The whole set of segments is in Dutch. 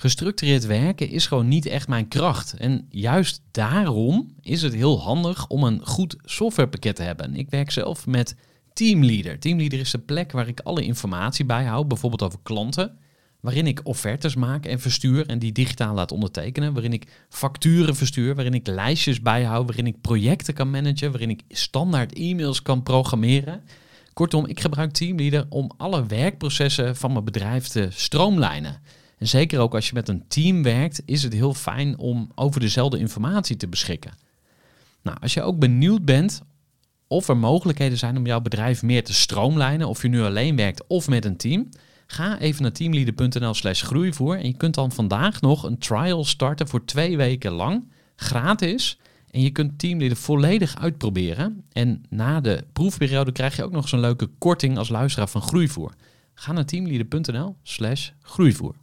Gestructureerd werken is gewoon niet echt mijn kracht. En juist daarom is het heel handig om een goed softwarepakket te hebben. Ik werk zelf met Teamleader. Teamleader is de plek waar ik alle informatie bijhoud, bijvoorbeeld over klanten, waarin ik offertes maak en verstuur en die digitaal laat ondertekenen, waarin ik facturen verstuur, waarin ik lijstjes bijhoud, waarin ik projecten kan managen, waarin ik standaard e-mails kan programmeren. Kortom, ik gebruik Teamleader om alle werkprocessen van mijn bedrijf te stroomlijnen. En zeker ook als je met een team werkt, is het heel fijn om over dezelfde informatie te beschikken. Nou, als je ook benieuwd bent of er mogelijkheden zijn om jouw bedrijf meer te stroomlijnen, of je nu alleen werkt of met een team, ga even naar teamleader.nl/groeivoer en je kunt dan vandaag nog een trial starten voor 2 weken lang, gratis. En je kunt Teamleader volledig uitproberen. En na de proefperiode krijg je ook nog eens een leuke korting als luisteraar van Groeivoer. Ga naar teamleader.nl/groeivoer.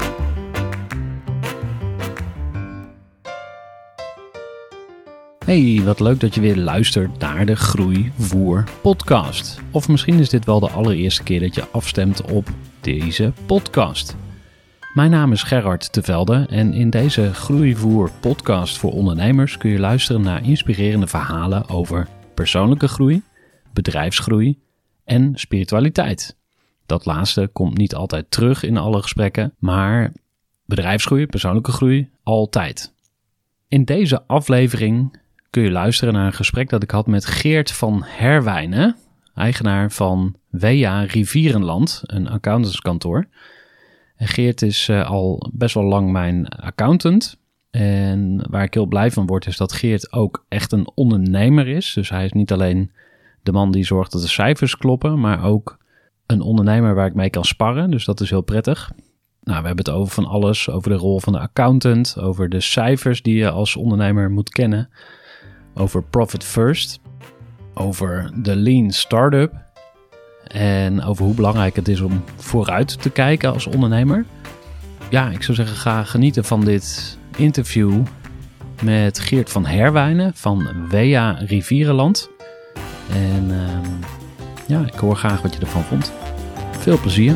Hey, wat leuk dat je weer luistert naar de Groeivoer podcast. Of misschien is dit wel de allereerste keer dat je afstemt op deze podcast. Mijn naam is Gerard Tevelde en in deze Groeivoer podcast voor ondernemers kun je luisteren naar inspirerende verhalen over persoonlijke groei, bedrijfsgroei en spiritualiteit. Dat laatste komt niet altijd terug in alle gesprekken, maar bedrijfsgroei, persoonlijke groei, altijd. In deze aflevering kun je luisteren naar een gesprek dat ik had met Geert van Herwijnen, eigenaar van WEA Rivierenland, een accountantskantoor. En Geert is al best wel lang mijn accountant. En waar ik heel blij van word is dat Geert ook echt een ondernemer is. Dus hij is niet alleen de man die zorgt dat de cijfers kloppen, maar ook een ondernemer waar ik mee kan sparren. Dus dat is heel prettig. Nou, we hebben het over van alles. Over de rol van de accountant. Over de cijfers die je als ondernemer moet kennen. Over Profit First. Over de Lean Startup. En over hoe belangrijk het is om vooruit te kijken als ondernemer. Ja, ik zou zeggen, ga genieten van dit interview met Geert van Herwijnen van WEA Rivierenland. En ja, ik hoor graag wat je ervan vond. Veel plezier.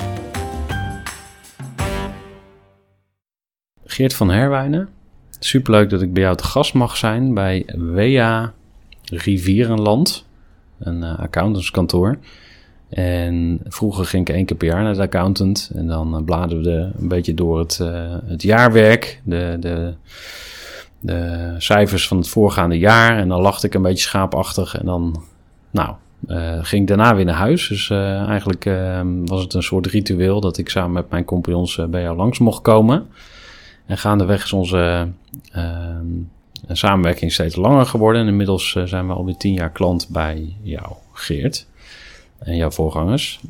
Geert van Herwijnen, superleuk dat ik bij jou te gast mag zijn bij WEA Rivierenland, een accountantskantoor. En vroeger ging ik 1 keer per jaar naar de accountant en dan bladerden we een beetje door het jaarwerk, de cijfers van het voorgaande jaar en dan lachte ik een beetje schaapachtig en dan, ging ik daarna weer naar huis. Dus eigenlijk was het een soort ritueel dat ik samen met mijn compagnons bij jou langs mocht komen. En gaandeweg is onze samenwerking steeds langer geworden. En inmiddels zijn we alweer 10 jaar klant bij jou, Geert. En jouw voorgangers.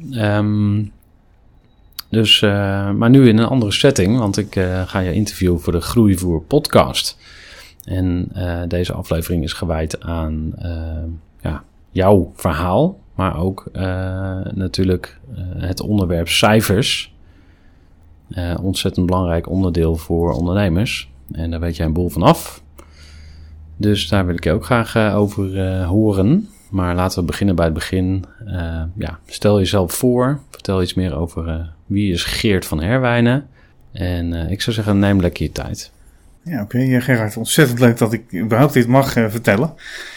Maar nu in een andere setting. Want ik ga je interviewen voor de Groeivoer podcast. En deze aflevering is gewijd aan jouw verhaal. Maar ook natuurlijk het onderwerp cijfers. Ontzettend belangrijk onderdeel voor ondernemers. En daar weet jij een boel van af. Dus daar wil ik je ook graag over horen. Maar laten we beginnen bij het begin. Stel jezelf voor. Vertel iets meer over wie is Geert van Herwijnen. En ik zou zeggen, neem lekker je tijd. Ja, oké. Gerard, ontzettend leuk dat ik überhaupt dit mag vertellen.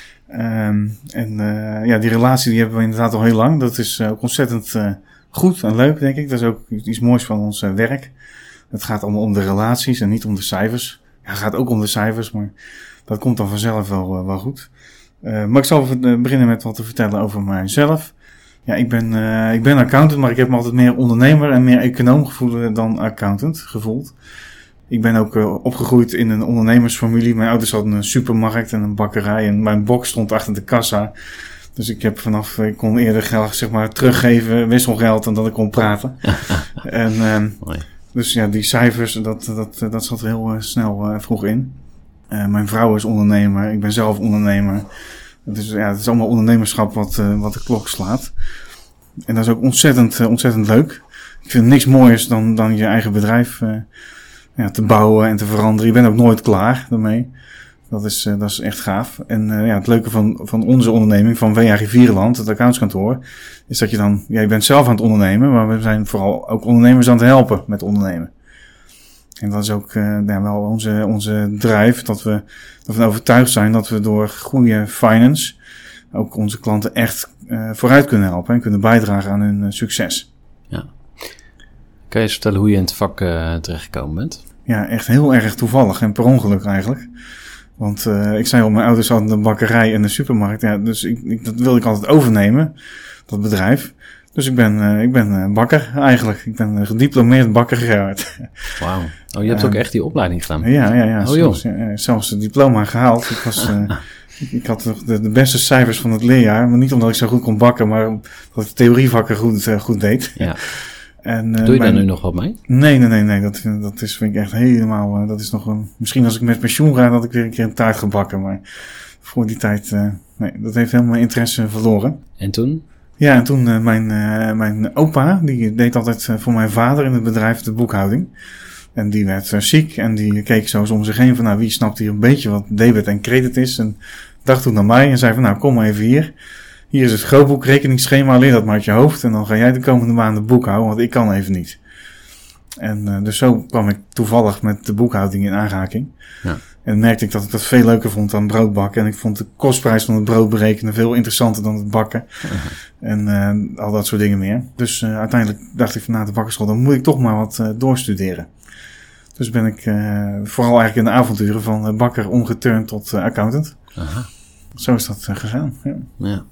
Die relatie die hebben we inderdaad al heel lang. Dat is ook ontzettend goed en leuk, denk ik. Dat is ook iets moois van ons werk. Het gaat allemaal om de relaties en niet om de cijfers. Ja, het gaat ook om de cijfers, maar dat komt dan vanzelf wel goed. Maar ik zal beginnen met wat te vertellen over mijzelf. Ja, ik ben accountant, maar ik heb me altijd meer ondernemer en meer econoom gevoeld dan accountant gevoeld. Ik ben ook opgegroeid in een ondernemersfamilie. Mijn ouders hadden een supermarkt en een bakkerij en mijn box stond achter de kassa. Dus ik kon eerder geld, zeg maar, teruggeven, wisselgeld, dan dat ik kon praten. Dus ja, die cijfers, dat zat er heel snel vroeg in. Mijn vrouw is ondernemer, ik ben zelf ondernemer. Dus ja, het is allemaal ondernemerschap wat de klok slaat. En dat is ook ontzettend leuk. Ik vind niks mooiers dan je eigen bedrijf te bouwen en te veranderen. Je bent ook nooit klaar daarmee. Dat is echt gaaf. En het leuke van onze onderneming, van WEA Rivierenland, het accountskantoor, is dat je bent zelf aan het ondernemen, maar we zijn vooral ook ondernemers aan het helpen met ondernemen. En dat is ook wel onze drive, dat we overtuigd zijn dat we door goede finance ook onze klanten echt vooruit kunnen helpen en kunnen bijdragen aan hun succes. Ja. Kan je eens vertellen hoe je in het vak terechtgekomen bent? Ja, echt heel erg toevallig en per ongeluk eigenlijk. Want ik zei al, mijn ouders hadden een bakkerij en een supermarkt. Ja, dus dat wilde ik altijd overnemen, dat bedrijf. Dus ik ben bakker eigenlijk. Ik ben gediplomeerd bakker Gerhard. Wauw. Oh, je hebt ook echt die opleiding gedaan? Ja. Oh, zelfs het diploma gehaald. Ik had de beste cijfers van het leerjaar. Maar niet omdat ik zo goed kon bakken, maar omdat ik de theorievakken goed deed. Ja. Doe je daar nu nog wat mee? Nee. Dat vind ik echt helemaal... dat is nog misschien als ik met pensioen ga, dat ik weer een keer een taart gebakken. Maar voor die tijd... nee, dat heeft helemaal mijn interesse verloren. En toen? Ja, en toen mijn opa, die deed altijd voor mijn vader in het bedrijf de boekhouding. En die werd ziek en die keek zo eens om zich heen van, wie snapt hier een beetje wat debet en credit is. En dacht toen naar mij en zei van, kom maar even hier. Hier is het grootboekrekeningsschema, leer dat maar uit je hoofd. En dan ga jij de komende maanden boekhouden, want ik kan even niet. En dus zo kwam ik toevallig met de boekhouding in aanraking. Ja. En merkte ik dat ik dat veel leuker vond dan broodbakken. En ik vond de kostprijs van het brood berekenen veel interessanter dan het bakken. En al dat soort dingen meer. Dus uiteindelijk dacht ik van na de bakkerschool, dan moet ik toch maar wat doorstuderen. Dus ben ik vooral eigenlijk in de avonturen van bakker omgeturnd tot accountant. Aha. Zo is dat gegaan. Ja.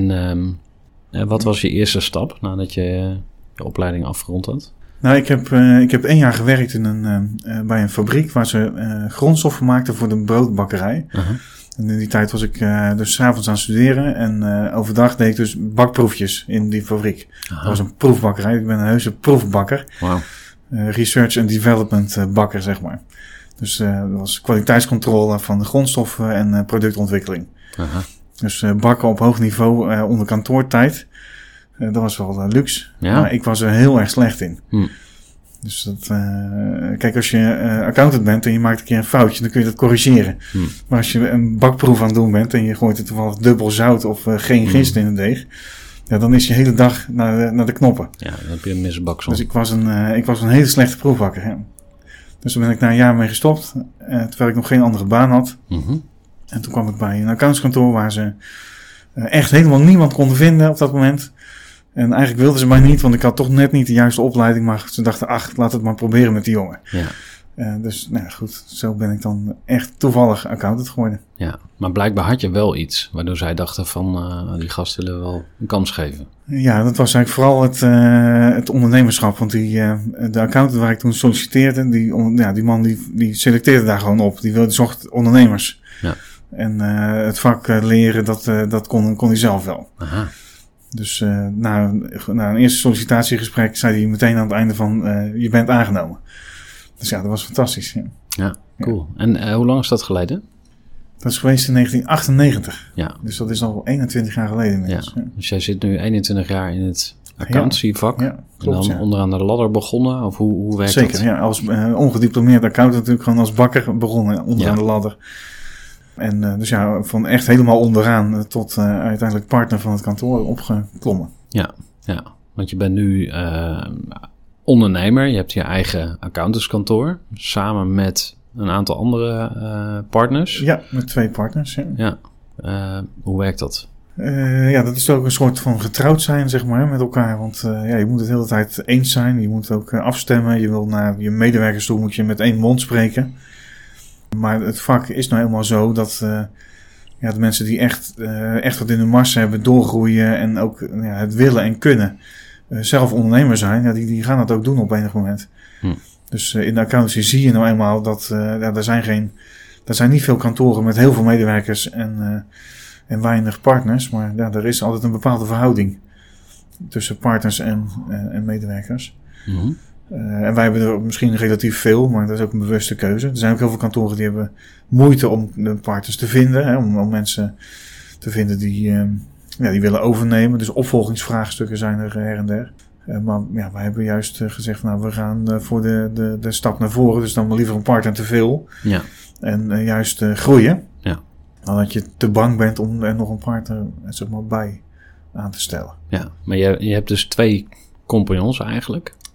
En wat was je eerste stap nadat je je opleiding afgerond had? Nou, ik heb 1 jaar gewerkt bij een fabriek waar ze grondstoffen maakten voor de broodbakkerij. Uh-huh. En in die tijd was ik dus 's avonds aan het studeren en overdag deed ik dus bakproefjes in die fabriek. Uh-huh. Dat was een proefbakkerij. Ik ben een heuse proefbakker. Wow. Research and development bakker, zeg maar. Dus dat was kwaliteitscontrole van de grondstoffen en productontwikkeling. Uh-huh. Dus bakken op hoog niveau onder kantoortijd. Dat was wel luxe. Ja. Maar ik was er heel erg slecht in. Dus kijk, als je accountant bent en je maakt een keer een foutje, dan kun je dat corrigeren. Maar als je een bakproef aan het doen bent en je gooit er toevallig dubbel zout of geen gist in het deeg, ja, dan is je hele dag naar de knoppen. Ja, dan heb je een misbaksom. Dus ik was een hele slechte proefbakker. Ja. Dus daar ben ik na een jaar mee gestopt, terwijl ik nog geen andere baan had. Mm-hmm. En toen kwam ik bij een accountskantoor waar ze echt helemaal niemand konden vinden op dat moment. En eigenlijk wilden ze mij niet, want ik had toch net niet de juiste opleiding. Maar ze dachten, laat het maar proberen met die jongen. Ja. Dus nou goed, zo ben ik dan echt toevallig accountant geworden. Ja, maar blijkbaar had je wel iets waardoor zij dachten van, die gasten willen wel een kans geven. Ja, dat was eigenlijk vooral het ondernemerschap. Want de accountant waar ik toen solliciteerde, die man die selecteerde daar gewoon op. Die zocht ondernemers. Ja. En het vak leren, dat kon hij zelf wel. Aha. Dus na een eerste sollicitatiegesprek zei hij meteen aan het einde van, je bent aangenomen. Dus ja, dat was fantastisch. Ja, cool. Ja. En hoe lang is dat geleden? Dat is geweest in 1998. Ja. Dus dat is al 21 jaar geleden inmiddels. Ja. Dus jij zit nu 21 jaar in het accountancyvak. Ja, klopt, en dan onderaan de ladder begonnen? Of hoe werkt Zeker, dat? Zeker, ja. Als ongediplomeerd accountant natuurlijk gewoon als bakker begonnen onderaan de ladder. En dus ja, van echt helemaal onderaan tot uiteindelijk partner van het kantoor opgeklommen. Ja, want je bent nu ondernemer. Je hebt je eigen accountantskantoor samen met een aantal andere partners. Ja, met 2 partners. Ja. Hoe werkt dat? Dat is ook een soort van getrouwd zijn, zeg maar, met elkaar. Want je moet het de hele tijd eens zijn. Je moet ook afstemmen. Je wil naar je medewerkers toe, moet je met 1 mond spreken. Maar het vak is nou helemaal zo dat de mensen die echt wat in de mars hebben, doorgroeien en ook het willen en kunnen, zelf ondernemer zijn, die gaan dat ook doen op enig moment. Dus in de accountancy zie je nou eenmaal dat er zijn niet veel kantoren met heel veel medewerkers en weinig partners, maar er is altijd een bepaalde verhouding tussen partners en medewerkers. Mm-hmm. En wij hebben er misschien relatief veel, maar dat is ook een bewuste keuze. Er zijn ook heel veel kantoren die hebben moeite om de partners te vinden. Om mensen te vinden die willen overnemen. Dus opvolgingsvraagstukken zijn er her en der. Maar ja, wij hebben juist gezegd, we gaan voor de stap naar voren. Dus dan maar liever een partner te veel. Ja. En juist groeien. Ja. Dan dat je te bang bent om er nog een partner bij aan te stellen. Ja, maar je hebt dus 2 compagnons eigenlijk.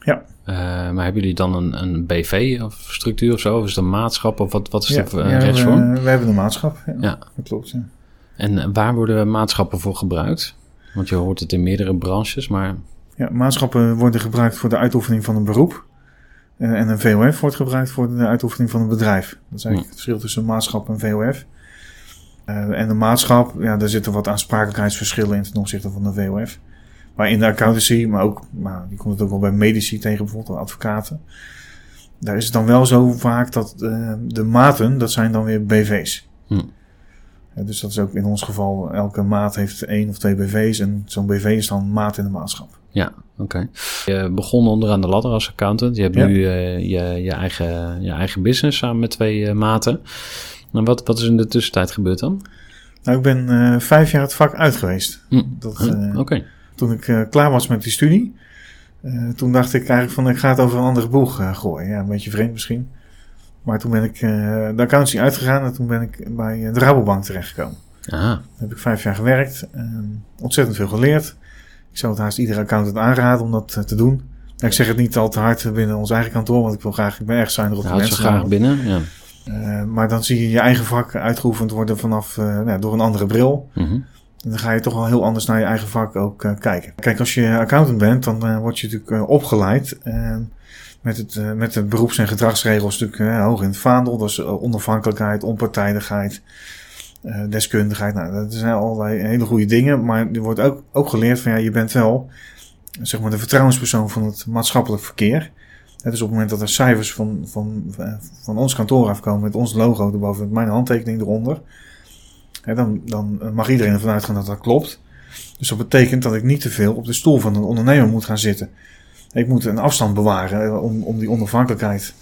Ja. Maar hebben jullie dan een BV of structuur of zo? Of is het een maatschap? Of wat is de rechtsvorm? We hebben een maatschap. Ja. Dat klopt, ja. En waar worden maatschappen voor gebruikt? Want je hoort het in meerdere branches, maar... Ja, maatschappen worden gebruikt voor de uitoefening van een beroep. En een VOF wordt gebruikt voor de uitoefening van een bedrijf. Dat is eigenlijk het verschil tussen een maatschap en VOF. En de maatschap, daar zitten wat aansprakelijkheidsverschillen in ten opzichte van de VOF. Maar in de accountancy, maar ook, die komt het ook wel bij medici tegen, bijvoorbeeld advocaten. Daar is het dan wel zo vaak dat de maten, dat zijn dan weer BV's. Dus dat is ook in ons geval, elke maat heeft 1 of 2 BV's en zo'n BV is dan maat in de maatschap. Ja, oké. Je begon onderaan de ladder als accountant. Je hebt nu je eigen business samen met 2 maten. En wat is in de tussentijd gebeurd dan? Nou, ik ben 5 jaar het vak uit geweest. Oké. Toen ik klaar was met die studie, toen dacht ik eigenlijk van ik ga het over een andere boeg gooien. Ja, een beetje vreemd misschien. Maar toen ben ik de accountancy uitgegaan en toen ben ik bij de Rabobank terechtgekomen. Daar heb ik 5 jaar gewerkt, ontzettend veel geleerd. Ik zou het haast iedere accountant aanraden om dat te doen. Ik zeg het niet al te hard binnen ons eigen kantoor, want ik ben erg zuinig op de mensen. Houd ze graag binnen, ja. Maar dan zie je je eigen vak uitgeoefend worden vanaf door een andere bril. En dan ga je toch wel heel anders naar je eigen vak ook kijken. Kijk, als je accountant bent, dan word je natuurlijk opgeleid met de beroeps- en gedragsregels natuurlijk hoog in het vaandel. Dus onafhankelijkheid, onpartijdigheid, deskundigheid. Nou, dat zijn allerlei hele goede dingen. Maar er wordt ook geleerd van je bent wel zeg maar de vertrouwenspersoon van het maatschappelijk verkeer. Dus op het moment dat er cijfers van ons kantoor afkomen met ons logo erboven, met mijn handtekening eronder, dan mag iedereen ervan uitgaan dat dat klopt. Dus dat betekent dat ik niet te veel op de stoel van een ondernemer moet gaan zitten. Ik moet een afstand bewaren om die onafhankelijkheid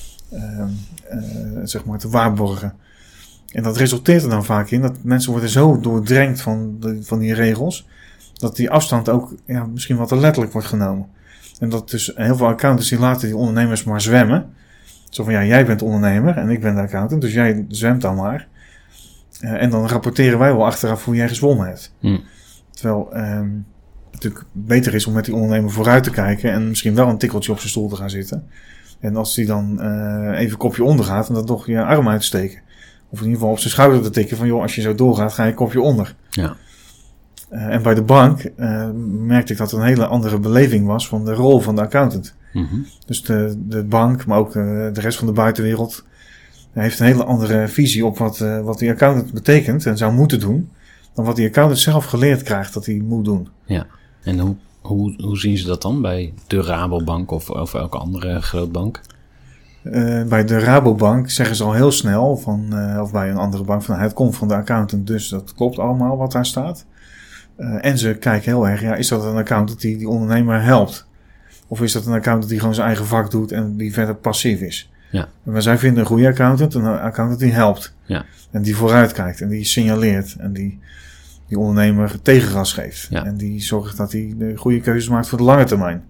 zeg maar te waarborgen. En dat resulteert er dan vaak in dat mensen worden zo doordrenkt van die regels, dat die afstand ook misschien wat te letterlijk wordt genomen. En dat dus heel veel accountants die laten die ondernemers maar zwemmen. Zo van jij bent ondernemer en ik ben de accountant, dus jij zwemt dan maar. En dan rapporteren wij wel achteraf hoe jij gezwommen hebt. Terwijl het natuurlijk beter is om met die ondernemer vooruit te kijken en misschien wel een tikkeltje op zijn stoel te gaan zitten. En als die dan even een kopje onder gaat, en dan toch je arm uitsteken. Of in ieder geval op zijn schouder te tikken van als je zo doorgaat, ga je een kopje onder. Ja. En bij de bank merkte ik dat het een hele andere beleving was van de rol van de accountant. Dus de bank, maar ook de rest van de buitenwereld heeft een hele andere visie op wat die accountant betekent en zou moeten doen, dan wat die accountant zelf geleerd krijgt dat hij moet doen. Ja, en hoe zien ze dat dan bij de Rabobank of elke andere grootbank? Bij de Rabobank zeggen ze al heel snel, of bij een andere bank, van het komt van de accountant, dus dat klopt allemaal wat daar staat. En ze kijken heel erg, is dat een accountant die ondernemer helpt? Of is dat een accountant die gewoon zijn eigen vak doet en die verder passief is? Ja. Maar zij vinden een goede accountant een accountant die helpt. Ja. En die vooruitkijkt en die signaleert en die ondernemer tegengas geeft. Ja. En die zorgt dat hij de goede keuzes maakt voor de lange termijn.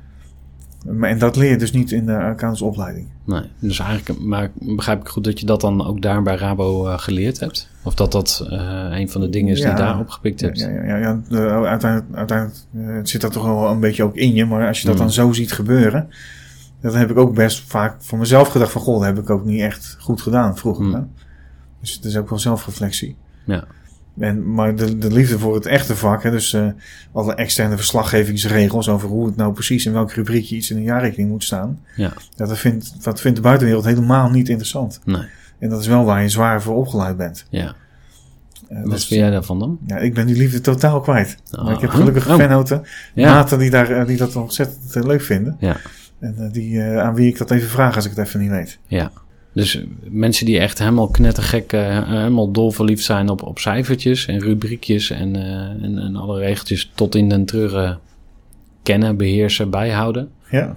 En dat leer je dus niet in de accountantsopleiding. Nee, dus eigenlijk, maar begrijp ik goed dat je dat dan ook daar bij Rabo geleerd hebt? Of dat een van de dingen is die je daar opgepikt hebt? Uiteindelijk zit dat toch wel een beetje ook in je. Maar als je dat dan zo ziet gebeuren, dan heb ik ook best vaak voor mezelf gedacht van, dat heb ik ook niet echt goed gedaan vroeger. Dus het is ook wel zelfreflectie. Ja. Maar de liefde voor het echte vak, dus alle externe verslaggevingsregels over hoe het nou precies in welk rubriekje iets in een jaarrekening moet staan. Ja. Dat vindt de buitenwereld helemaal niet interessant. Nee. En dat is wel waar je zwaar voor opgeleid bent. Ja. Wat vind jij daarvan dan? Ja, ik ben die liefde totaal kwijt. Maar ik heb gelukkig vennoten, maten die dat ontzettend leuk vinden. Ja. En aan wie ik dat even vraag als ik het even niet weet. Ja. Dus mensen die echt helemaal knettergek, helemaal dolverliefd zijn op cijfertjes en rubriekjes en alle regeltjes tot in den treuren kennen, beheersen, bijhouden. Ja.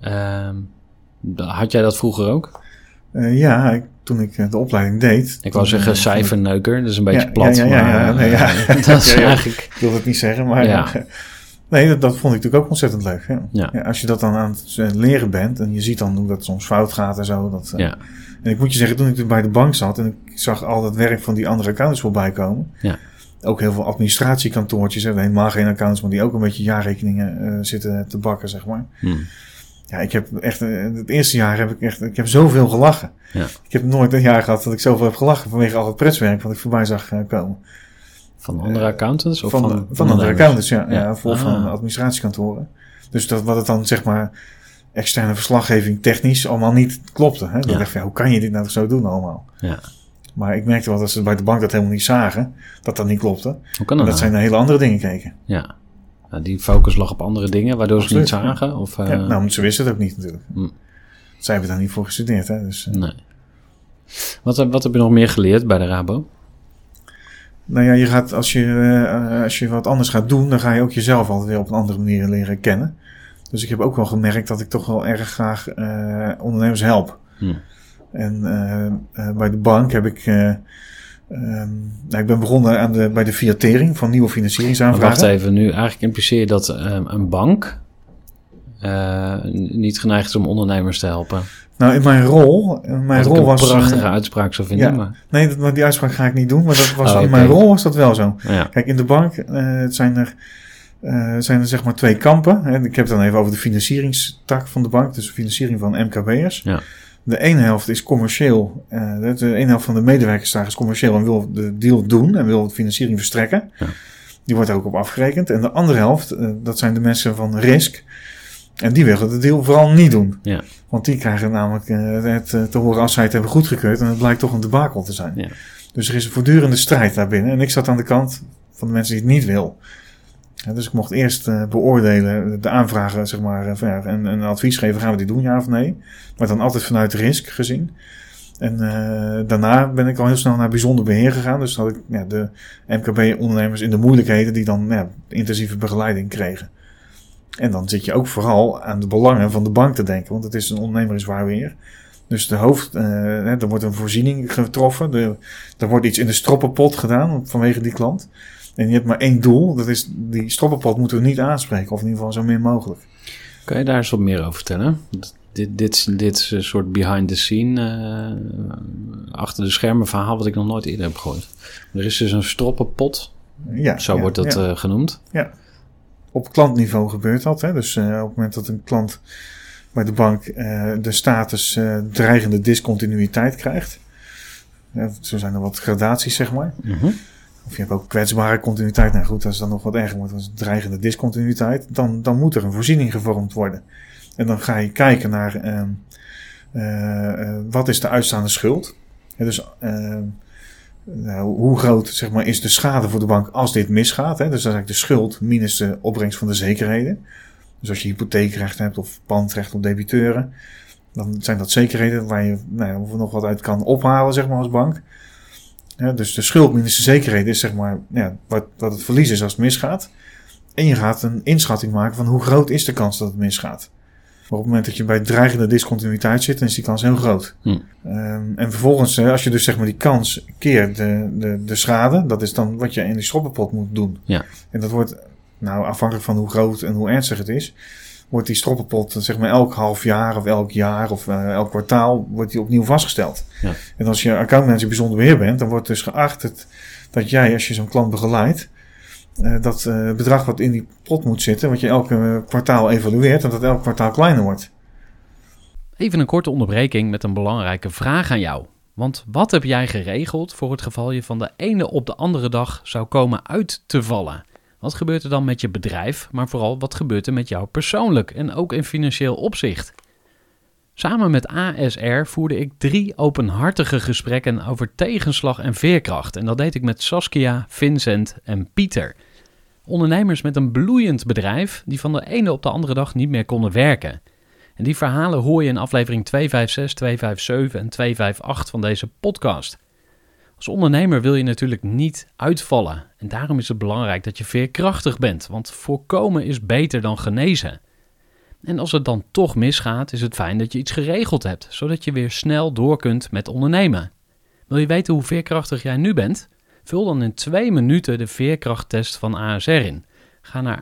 Had jij dat vroeger ook? Toen ik de opleiding deed. Ik wou zeggen cijferneuker, dat is een beetje plat. Dat is eigenlijk... Ik wil het niet zeggen, maar... Ja. Nee, dat vond ik natuurlijk ook ontzettend leuk. Ja. Ja. Ja, als je dat dan aan het leren bent en je ziet dan hoe dat soms fout gaat en zo. En ik moet je zeggen, toen ik bij de bank zat en ik zag al dat werk van die andere accountants voorbij komen. Ja. Ook heel veel administratiekantoortjes, helemaal geen accountants, maar die ook een beetje jaarrekeningen zitten te bakken, zeg maar. Ja, ik heb echt, het eerste jaar ik heb zoveel gelachen. Ja. Ik heb nooit een jaar gehad dat ik zoveel heb gelachen vanwege al het pretswerk wat ik voorbij zag komen. Van andere accountants? Of van andere accountants, ja. Ja. Ja, van administratiekantoren. Dus wat het dan zeg maar externe verslaggeving technisch allemaal niet klopte. Hè? Dan dacht ik, hoe kan je dit nou zo doen allemaal? Ja. Maar ik merkte wel dat ze bij de bank dat helemaal niet zagen. Dat niet klopte. Hoe kan dat dat zij naar hele andere dingen keken. Ja. Die focus lag op andere dingen, waardoor ze het niet zagen? Ja. Of, nou, ze wisten het ook niet natuurlijk. Zij hebben daar niet voor gestudeerd. Hè? Dus, nee. Wat heb je nog meer geleerd bij de Rabo? Nou ja, je gaat, als je wat anders gaat doen, dan ga je ook jezelf altijd weer op een andere manier leren kennen. Dus ik heb ook wel gemerkt dat ik toch wel erg graag ondernemers help. En bij de bank heb ik... ik ben begonnen bij de fiatering van nieuwe financieringsaanvragen. Maar wacht even, nu eigenlijk impliceer je dat een bank niet geneigd is om ondernemers te helpen. Nou, in mijn rol was... een prachtige uitspraak zou vinden. Ja, maar... Nee, die uitspraak ga ik niet doen, maar dat was, in mijn rol was dat wel zo. Ja. Kijk, in de bank zijn er zeg maar 2 kampen. Hè. Ik heb het dan even over de financieringstak van de bank, dus de financiering van MKB'ers. Ja. De ene helft is commercieel. De ene helft van de medewerkers daar is commercieel en wil de deal doen en wil de financiering verstrekken. Ja. Die wordt er ook op afgerekend. En de andere helft, dat zijn de mensen van risk. En die willen de deal vooral niet doen. Ja. Want die krijgen namelijk het te horen als zij het hebben goedgekeurd. En het blijkt toch een debakel te zijn. Ja. Dus er is een voortdurende strijd daarbinnen. En ik zat aan de kant van de mensen die het niet wil. Ja, dus ik mocht eerst beoordelen de aanvragen, zeg maar. En een advies geven, gaan we dit doen, ja of nee. Maar dan altijd vanuit risk gezien. En daarna ben ik al heel snel naar bijzonder beheer gegaan. Dus had ik de MKB-ondernemers in de moeilijkheden die dan intensieve begeleiding kregen. En dan zit je ook vooral aan de belangen van de bank te denken. Want het is een ondernemer in zwaar weer. Dus er wordt een voorziening getroffen. Er wordt iets in de stroppenpot gedaan vanwege die klant. En je hebt maar één doel. Dat is, die stroppenpot moeten we niet aanspreken. Of in ieder geval zo min mogelijk. Kan je daar eens wat meer over vertellen? Dit is een soort behind the scene, achter de schermen verhaal wat ik nog nooit eerder heb gehoord. Er is dus een stroppenpot. Ja, zo wordt dat genoemd. Ja. Op klantniveau gebeurt dat. Hè? Dus op het moment dat een klant bij de bank de status dreigende discontinuïteit krijgt. Zo zijn er wat gradaties, zeg maar. Mm-hmm. Of je hebt ook kwetsbare continuïteit. Nou goed, dat is dan nog wat erger. Want dat is dreigende discontinuïteit. Dan moet er een voorziening gevormd worden. En dan ga je kijken naar wat is de uitstaande schuld. Ja, dus hoe groot zeg maar, is de schade voor de bank als dit misgaat. Hè? Dus dat is eigenlijk de schuld minus de opbrengst van de zekerheden. Dus als je hypotheekrecht hebt of pandrecht op debiteuren. Dan zijn dat zekerheden waar je nog wat uit kan ophalen zeg maar, als bank. Ja, dus de schuld minus de zekerheden is zeg maar, wat het verlies is als het misgaat. En je gaat een inschatting maken van hoe groot is de kans dat het misgaat. Maar op het moment dat je bij dreigende discontinuïteit zit, dan is die kans heel groot. En vervolgens, als je dus zeg maar die kans keert de schade, dat is dan wat je in die stroppenpot moet doen. Ja. En dat wordt, afhankelijk van hoe groot en hoe ernstig het is, wordt die stroppenpot zeg maar elk half jaar of elk jaar of elk kwartaal wordt die opnieuw vastgesteld. Ja. En als je accountmanager bijzonder beheer bent, dan wordt dus geacht dat jij, als je zo'n klant begeleidt, dat bedrag wat in die pot moet zitten, wat je elke kwartaal evalueert, en dat elk kwartaal kleiner wordt. Even een korte onderbreking met een belangrijke vraag aan jou. Want wat heb jij geregeld voor het geval je van de ene op de andere dag zou komen uit te vallen? Wat gebeurt er dan met je bedrijf, maar vooral wat gebeurt er met jou persoonlijk en ook in financieel opzicht? Samen met ASR voerde ik 3 openhartige gesprekken over tegenslag en veerkracht. En dat deed ik met Saskia, Vincent en Pieter. Ondernemers met een bloeiend bedrijf die van de ene op de andere dag niet meer konden werken. En die verhalen hoor je in aflevering 256, 257 en 258 van deze podcast. Als ondernemer wil je natuurlijk niet uitvallen. En daarom is het belangrijk dat je veerkrachtig bent, want voorkomen is beter dan genezen. En als het dan toch misgaat, is het fijn dat je iets geregeld hebt, zodat je weer snel door kunt met ondernemen. Wil je weten hoe veerkrachtig jij nu bent? Vul dan in 2 minuten de veerkrachttest van ASR in. Ga naar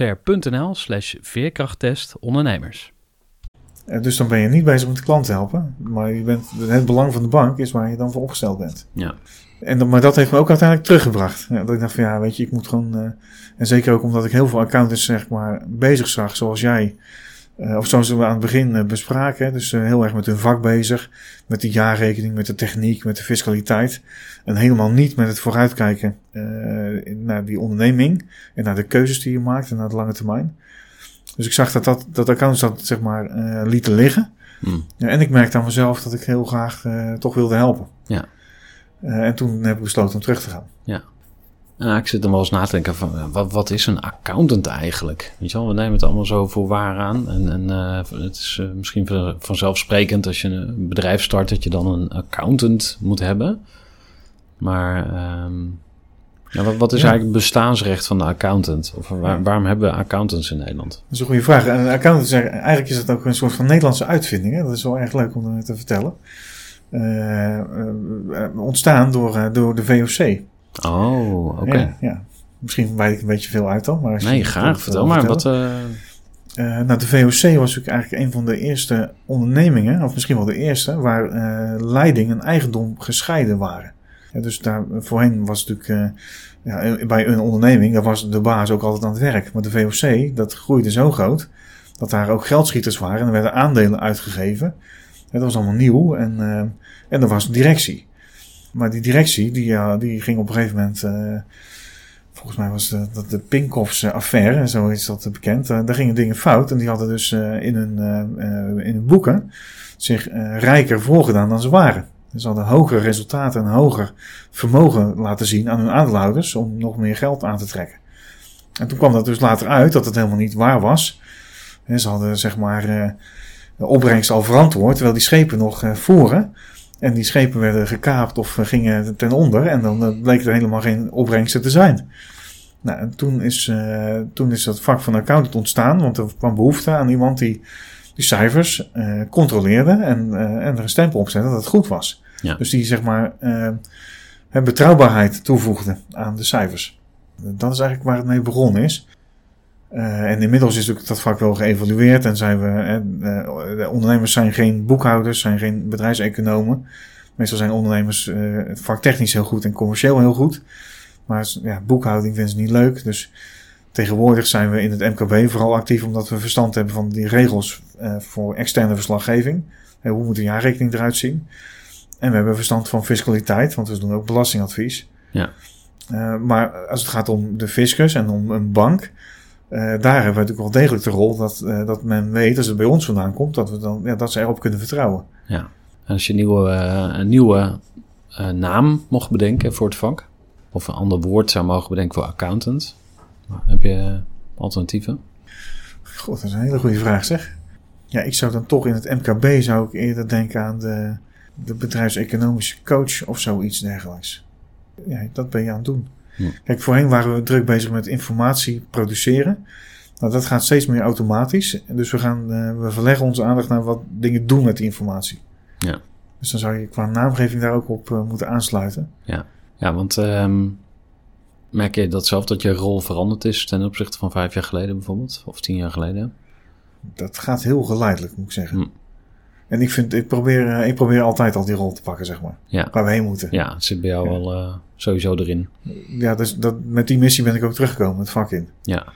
asr.nl/veerkrachttestondernemers. Dus dan ben je niet bezig met de klant te helpen, maar het belang van de bank is waar je dan voor opgesteld bent. Ja. Maar dat heeft me ook uiteindelijk teruggebracht. Ja, dat ik dacht van ik moet gewoon... en zeker ook omdat ik heel veel accountants zeg maar bezig zag, zoals jij, Of zoals we aan het begin bespraken. Dus heel erg met hun vak bezig. Met de jaarrekening, met de techniek, met de fiscaliteit. En helemaal niet met het vooruitkijken naar die onderneming. En naar de keuzes die je maakt en naar de lange termijn. Dus ik zag dat accountants dat zeg maar lieten liggen. Ja, en ik merkte aan mezelf dat ik heel graag toch wilde helpen. Ja. En toen heb ik besloten om terug te gaan. Ja. Ik zit dan wel eens na te denken van, wat is een accountant eigenlijk? Weet je wel, we nemen het allemaal zo voor waar aan. En het is misschien vanzelfsprekend als je een bedrijf start dat je dan een accountant moet hebben. Maar wat is eigenlijk het bestaansrecht van de accountant? Of waarom hebben we accountants in Nederland? Dat is een goede vraag. En accountants, eigenlijk is het ook een soort van Nederlandse uitvinding. Hè? Dat is wel erg leuk om te vertellen. Ontstaan door de VOC. Oh, oké. Ja. Misschien wijd ik een beetje veel uit dan. Maar nee, graag. Vertel maar. Wat, de VOC was natuurlijk eigenlijk een van de eerste ondernemingen, of misschien wel de eerste, waar leiding en eigendom gescheiden waren. Ja, dus daar voorheen was natuurlijk bij een onderneming, daar was de baas ook altijd aan het werk. Maar de VOC, dat groeide zo groot, dat daar ook geldschieters waren en er werden aandelen uitgegeven. Dat was allemaal nieuw en er was directie. Maar die directie, die ging op een gegeven moment, volgens mij was dat de Pinkoffs affaire, zo is dat bekend. Daar gingen dingen fout en die hadden dus in hun boeken zich rijker voorgedaan dan ze waren. Dus ze hadden hogere resultaten en hoger vermogen laten zien aan hun aandeelhouders om nog meer geld aan te trekken. En toen kwam dat dus later uit dat het helemaal niet waar was. En ze hadden zeg maar de opbrengst al verantwoord, terwijl die schepen nog voeren. En die schepen werden gekaapt of gingen ten onder. En dan bleek er helemaal geen opbrengsten te zijn. Nou, en toen is dat vak van accountant ontstaan. Want er kwam behoefte aan iemand die cijfers controleerde. En er een stempel op zette dat het goed was. Ja. Dus die zeg maar betrouwbaarheid toevoegde aan de cijfers. Dat is eigenlijk waar het mee begonnen is. En inmiddels is natuurlijk dat vak wel geëvalueerd en zijn de ondernemers zijn geen boekhouders, zijn geen bedrijfseconomen. Meestal zijn ondernemers vaktechnisch heel goed en commercieel heel goed. Maar boekhouding vinden ze niet leuk. Dus tegenwoordig zijn we in het MKB vooral actief omdat we verstand hebben van die regels voor externe verslaggeving. Hoe moet een jaarrekening eruit zien? En we hebben verstand van fiscaliteit, want we doen ook belastingadvies. Ja. Maar als het gaat om de fiscus en om een bank, daar hebben we natuurlijk wel degelijk de rol dat men weet, als het bij ons vandaan komt, dat we dan dat ze erop kunnen vertrouwen. Ja. En als je een nieuwe naam mocht bedenken voor het vak, of een ander woord zou mogen bedenken voor accountant, heb je alternatieven? God, dat is een hele goede vraag, zeg. Ja, ik zou dan toch in het MKB zou ik eerder denken aan de bedrijfseconomische coach of zoiets dergelijks. Ja, dat ben je aan het doen. Ja. Kijk, voorheen waren we druk bezig met informatie produceren. Nou, dat gaat steeds meer automatisch. Dus we verleggen onze aandacht naar wat dingen doen met die informatie. Ja. Dus dan zou je qua naamgeving daar ook op moeten aansluiten. Ja, want merk je dat zelf dat je rol veranderd is ten opzichte van 5 jaar geleden bijvoorbeeld? Of 10 jaar geleden? Dat gaat heel geleidelijk, moet ik zeggen. En ik probeer altijd al die rol te pakken, zeg maar. Ja. Waar we heen moeten. Ja, het zit bij jou wel sowieso erin. Ja, dus met die missie ben ik ook teruggekomen, het vak in. Ja.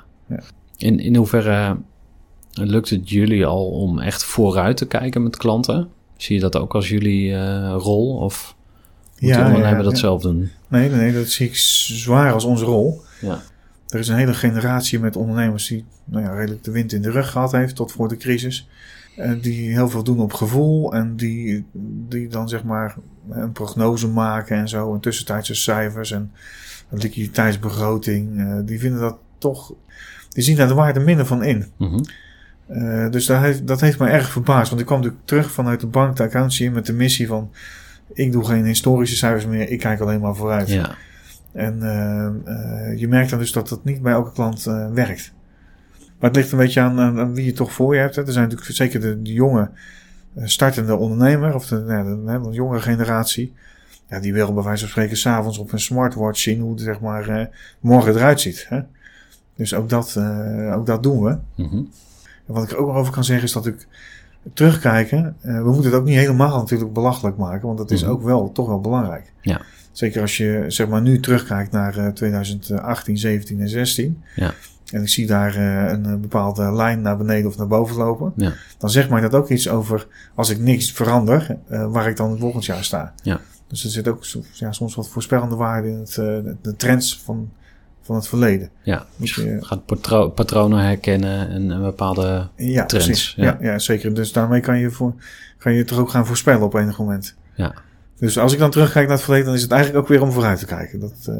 In hoeverre lukt het jullie al om echt vooruit te kijken met klanten? Zie je dat ook als jullie rol? Of moeten ondernemers dat zelf doen? Nee, dat zie ik zwaar als onze rol. Ja. Er is een hele generatie met ondernemers die redelijk de wind in de rug gehad heeft tot voor de crisis. Die heel veel doen op gevoel en die dan zeg maar een prognose maken en zo. En tussentijdse cijfers en een liquiditeitsbegroting. Die vinden dat toch, die zien daar de waarde minder van in. Mm-hmm. Dus dat heeft mij erg verbaasd. Want ik kwam natuurlijk terug vanuit de bank, de accountancy, met de missie van ik doe geen historische cijfers meer, ik kijk alleen maar vooruit. Ja. En je merkt dan dus dat dat niet bij elke klant werkt. Maar het ligt een beetje aan wie je toch voor je hebt. Hè. Er zijn natuurlijk zeker de jonge startende ondernemer of de jongere generatie. Ja, die wil bij wijze van spreken 's avonds op een smartwatch zien hoe zeg maar morgen eruit ziet. Hè. Dus ook dat doen we. Mm-hmm. En wat ik er ook nog over kan zeggen is dat ik terugkijken, we moeten het ook niet helemaal natuurlijk belachelijk maken, want dat is ook toch wel belangrijk. Ja. Zeker als je zeg maar nu terugkijkt naar 2018, 17 en 16. Ja. En ik zie daar een bepaalde lijn naar beneden of naar boven lopen. Ja. Dan zegt mij dat ook iets over, als ik niks verander, waar ik dan het volgend jaar sta. Ja. Dus er zit ook soms wat voorspellende waarde in de trends van het verleden. Ja, dus je gaat patronen herkennen en een bepaalde trends. Precies. Ja, zeker. Dus daarmee kan je toch ook gaan voorspellen op enig moment. Ja. Dus als ik dan terugkijk naar het verleden, dan is het eigenlijk ook weer om vooruit te kijken.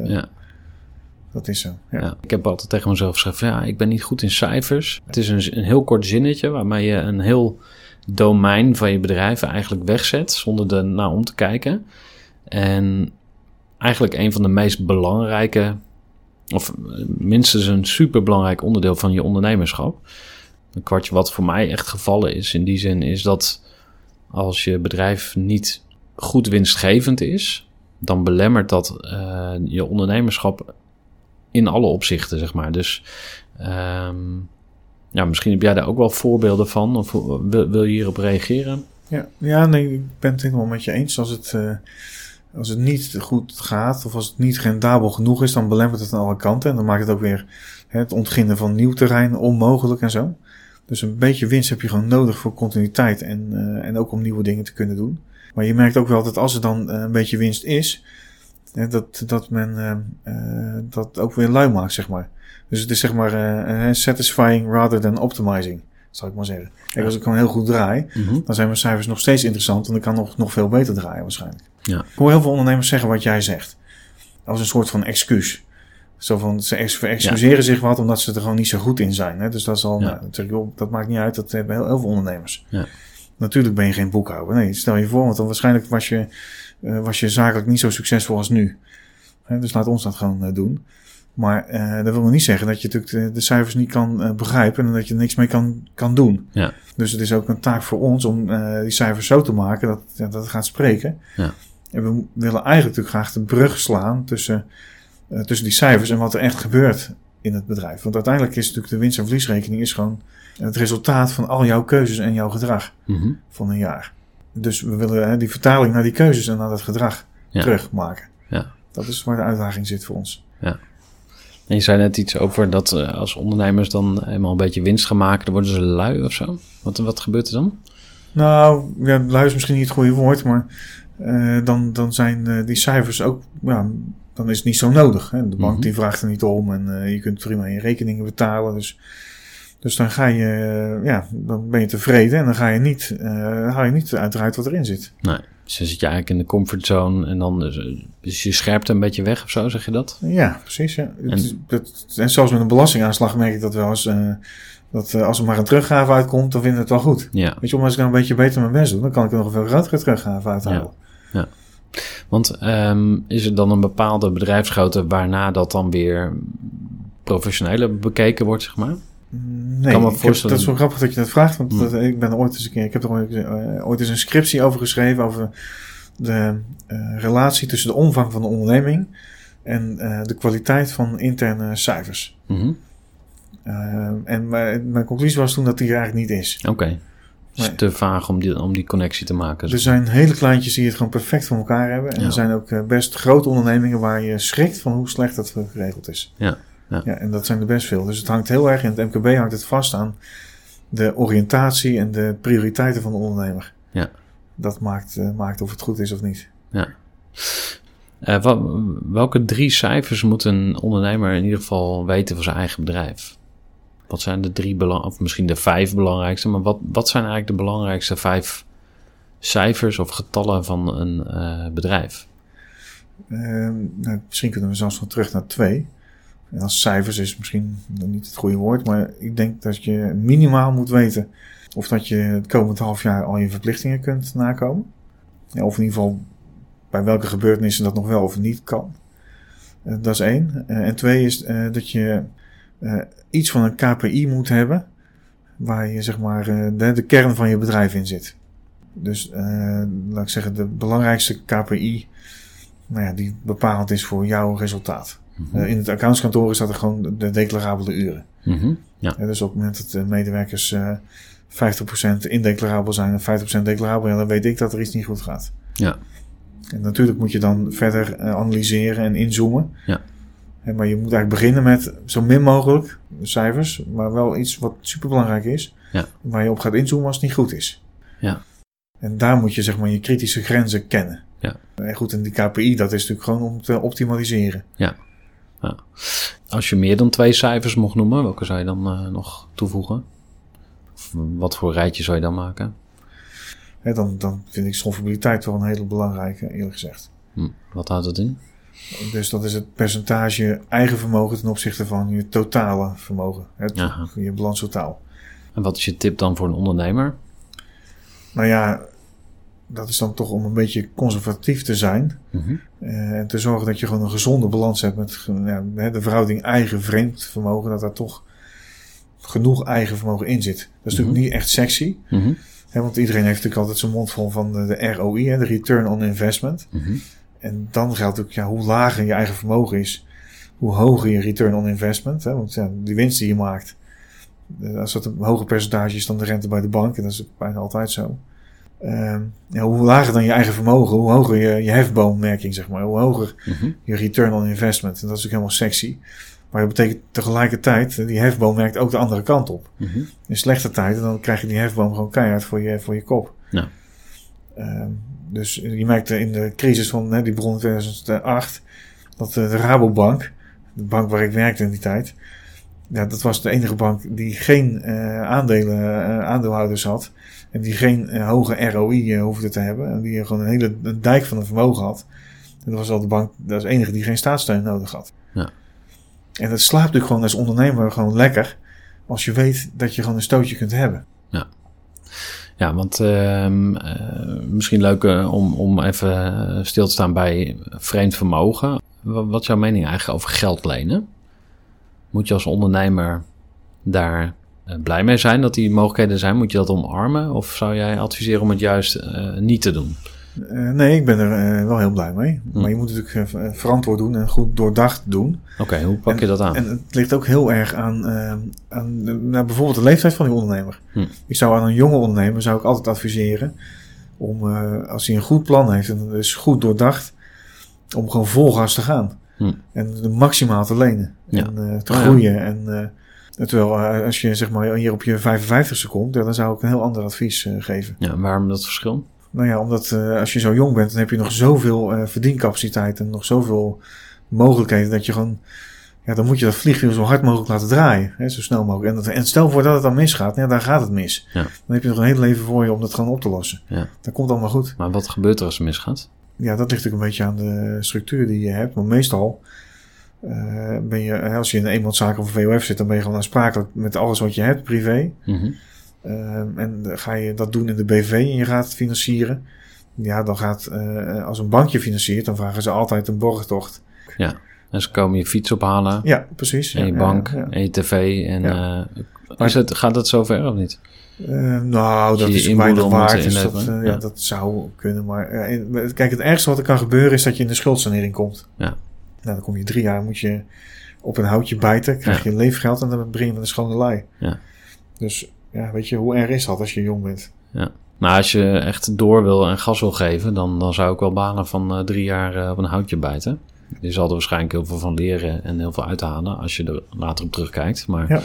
Dat is zo. Ja. Ja, ik heb altijd tegen mezelf gezegd, ik ben niet goed in cijfers. Het is een heel kort zinnetje waarmee je een heel domein van je bedrijf eigenlijk wegzet zonder er naar om te kijken. En eigenlijk een van de meest belangrijke, of minstens een superbelangrijk onderdeel van je ondernemerschap. Een kwartje wat voor mij echt gevallen is in die zin is dat als je bedrijf niet goed winstgevend is, dan belemmert dat je ondernemerschap in alle opzichten, zeg maar. Dus misschien heb jij daar ook wel voorbeelden van, of wil je hierop reageren? Nee, ik ben het helemaal met je eens. Als het niet goed gaat, of als het niet rendabel genoeg is, dan belemmert het aan alle kanten. En dan maakt het ook weer het ontginnen van nieuw terrein onmogelijk en zo. Dus een beetje winst heb je gewoon nodig voor continuïteit en ook om nieuwe dingen te kunnen doen. Maar je merkt ook wel dat als er dan een beetje winst is, dat men dat ook weer lui maakt, zeg maar. Dus het is zeg maar satisfying rather than optimizing, zal ik maar zeggen. Kijk, als ik gewoon heel goed draai, dan zijn mijn cijfers nog steeds interessant en ik kan nog veel beter draaien waarschijnlijk. Ja. Ik hoor heel veel ondernemers zeggen wat jij zegt. Als een soort van excuus. Zo van, ze excuseren zich wat omdat ze er gewoon niet zo goed in zijn. Hè? Dus dat is al, dat maakt niet uit. Dat hebben heel veel ondernemers. Ja. Natuurlijk ben je geen boekhouder. Nee, stel je voor, want dan waarschijnlijk was je zakelijk niet zo succesvol als nu. Dus laat ons dat gewoon doen. Maar dat wil nog niet zeggen dat je natuurlijk de cijfers niet kan begrijpen en dat je er niks mee kan doen. Ja. Dus het is ook een taak voor ons om die cijfers zo te maken dat het gaat spreken. Ja. En we willen eigenlijk natuurlijk graag de brug slaan tussen die cijfers en wat er echt gebeurt in het bedrijf. Want uiteindelijk is natuurlijk de winst- en verliesrekening is gewoon het resultaat van al jouw keuzes en jouw gedrag van een jaar. Dus we willen die vertaling naar die keuzes en naar dat gedrag terugmaken. Ja. Dat is waar de uitdaging zit voor ons. Ja. En je zei net iets over dat als ondernemers dan eenmaal een beetje winst gaan maken, dan worden ze lui of zo. Wat gebeurt er dan? Nou, lui is misschien niet het goede woord, maar dan zijn die cijfers ook, dan is het niet zo nodig. Hè? De bank die vraagt er niet om en je kunt prima je rekeningen betalen. Dus dan ga je, dan ben je tevreden en dan haal je niet uiteraard wat erin zit. Nee, dus dan zit je eigenlijk in de comfortzone en dan is je scherpte een beetje weg of zo, zeg je dat? Ja, precies. Ja. En zelfs met een belastingaanslag merk ik dat wel eens, dat als er maar een teruggave uitkomt, dan vinden we het wel goed. Ja. Weet je, als ik nou een beetje beter mijn best doe, dan kan ik er nog een veel grotere teruggave uithalen. Ja. Want is er dan een bepaalde bedrijfsgrootte waarna dat dan weer professioneler bekeken wordt, zeg maar? Nee, dat is wel grappig dat je dat vraagt, want ik ben ooit eens een keer, ik heb er ooit eens een scriptie over geschreven, over de relatie tussen de omvang van de onderneming en de kwaliteit van interne cijfers. En mijn conclusie was toen dat die er eigenlijk niet is. Oké. Het is te vaag om die connectie te maken. Er zijn hele kleintjes die het gewoon perfect voor elkaar hebben. En er zijn ook best grote ondernemingen waar je schrikt van hoe slecht dat geregeld is. Ja, en dat zijn er best veel. Dus het hangt heel erg, in het MKB hangt het vast aan de oriëntatie en de prioriteiten van de ondernemer. Ja. Dat maakt of het goed is of niet. Ja. Welke 3 cijfers moet een ondernemer in ieder geval weten van zijn eigen bedrijf? Wat zijn de 3 of misschien de 5 belangrijkste, maar wat zijn eigenlijk de belangrijkste 5 cijfers of getallen van een bedrijf? Misschien kunnen we zelfs wel terug naar 2. En als cijfers is misschien niet het goede woord, maar ik denk dat je minimaal moet weten of dat je het komend half jaar al je verplichtingen kunt nakomen. Ja, of in ieder geval bij welke gebeurtenissen dat nog wel of niet kan. Dat is 1. En 2 is dat je iets van een KPI moet hebben waar je zeg maar de kern van je bedrijf in zit. Dus laat ik zeggen de belangrijkste KPI die bepalend is voor jouw resultaat. In het accountskantoor staat er gewoon de declarabele uren. Ja. Dus op het moment dat de medewerkers 50% indeclarabel zijn en 50% declarabel, ja, dan weet ik dat er iets niet goed gaat. Ja. En natuurlijk moet je dan verder analyseren en inzoomen. Ja. Maar je moet eigenlijk beginnen met zo min mogelijk cijfers, maar wel iets wat superbelangrijk is. Ja. Waar je op gaat inzoomen als het niet goed is. Ja. En daar moet je zeg maar je kritische grenzen kennen. Ja. En goed, en die KPI, dat is natuurlijk gewoon om te optimaliseren. Ja. Ja. Als je meer dan 2 cijfers mocht noemen, welke zou je dan nog toevoegen? Of wat voor rijtje zou je dan maken? Dan vind ik solvabiliteit wel een hele belangrijke, eerlijk gezegd. Wat houdt dat in? Dus dat is het percentage eigen vermogen ten opzichte van je totale vermogen. Je balans totaal. En wat is je tip dan voor een ondernemer? Nou ja, dat is dan toch om een beetje conservatief te zijn. Mm-hmm. En te zorgen dat je gewoon een gezonde balans hebt met de verhouding eigen-vreemd vermogen. Dat daar toch genoeg eigen vermogen in zit. Dat is natuurlijk niet echt sexy. Mm-hmm. Want iedereen heeft natuurlijk altijd zijn mond vol van de ROI, de Return on Investment. Mm-hmm. En dan geldt ook, hoe lager je eigen vermogen is, hoe hoger je Return on Investment. Want die winst die je maakt, als dat een hoger percentage is dan de rente bij de bank, en dat is bijna altijd zo. Hoe lager dan je eigen vermogen, hoe hoger je hefboommerking, zeg maar. Hoe hoger je Return on Investment. En dat is ook helemaal sexy. Maar dat betekent tegelijkertijd, die hefboom werkt ook de andere kant op. Mm-hmm. In slechte tijden, dan krijg je die hefboom gewoon keihard voor je kop. Ja. Dus je merkte in de crisis van die begon in 2008, dat de Rabobank, de bank waar ik werkte in die tijd, ja, dat was de enige bank die geen aandeelhouders had. En die geen hoge ROI hoefde te hebben. En die gewoon een dijk van een vermogen had. En dat was al de bank, dat was de enige die geen staatssteun nodig had. Ja. En dat slaapt natuurlijk gewoon als ondernemer gewoon lekker. Als je weet dat je gewoon een stootje kunt hebben. Ja. Ja, want misschien leuk om even stil te staan bij vreemd vermogen. Wat is jouw mening eigenlijk over geld lenen? Moet je als ondernemer daar blij mee zijn dat die mogelijkheden zijn? Moet je dat omarmen? Of zou jij adviseren om het juist niet te doen? Nee, ik ben er wel heel blij mee. Maar je moet het natuurlijk verantwoord doen en goed doordacht doen. Oké, hoe pak je dat aan? En het ligt ook heel erg aan bijvoorbeeld de leeftijd van die ondernemer. Ik zou aan een jonge ondernemer altijd adviseren om, als hij een goed plan heeft en dus goed doordacht, om gewoon vol gas te gaan. En maximaal te lenen. Ja. En te groeien. En terwijl als je zeg maar hier op je 55ste komt, dan zou ik een heel ander advies geven. Ja, waarom dat verschil? Nou ja, omdat als je zo jong bent, dan heb je nog zoveel verdiencapaciteit en nog zoveel mogelijkheden dat je gewoon, ja, dan moet je dat vliegwiel zo hard mogelijk laten draaien, zo snel mogelijk. En stel voor dat het dan misgaat, dan gaat het mis. Ja. Dan heb je nog een hele leven voor je om dat gewoon op te lossen. Ja. Dat komt allemaal goed. Maar wat gebeurt er als het misgaat? Ja, dat ligt natuurlijk een beetje aan de structuur die je hebt. Maar meestal ben je, als je in een eenmanszaak of een VOF zit, dan ben je gewoon aansprakelijk met alles wat je hebt, privé. Mm-hmm. En ga je dat doen in de BV en je gaat het financieren. Ja, dan gaat, als een bankje financiert, dan vragen ze altijd een borgtocht. Ja, en ze komen je fiets ophalen. Ja, precies. En je bank, en je tv. En gaat dat zover of niet? Nou, dat is weinig waard. Dus dat zou kunnen. Maar kijk, het ergste wat er kan gebeuren is dat je in de schuldsanering komt. Ja. Nou, dan kom je 3 jaar, moet je op een houtje bijten, krijg je leefgeld en dan breng je met een schone lei. Ja. Dus ja, weet je, hoe erg is dat als je jong bent? Ja. Maar als je echt door wil en gas wil geven, dan zou ik wel banen van 3 jaar op een houtje bijten. Je zal er waarschijnlijk heel veel van leren en heel veel uithalen als je er later op terugkijkt. Maar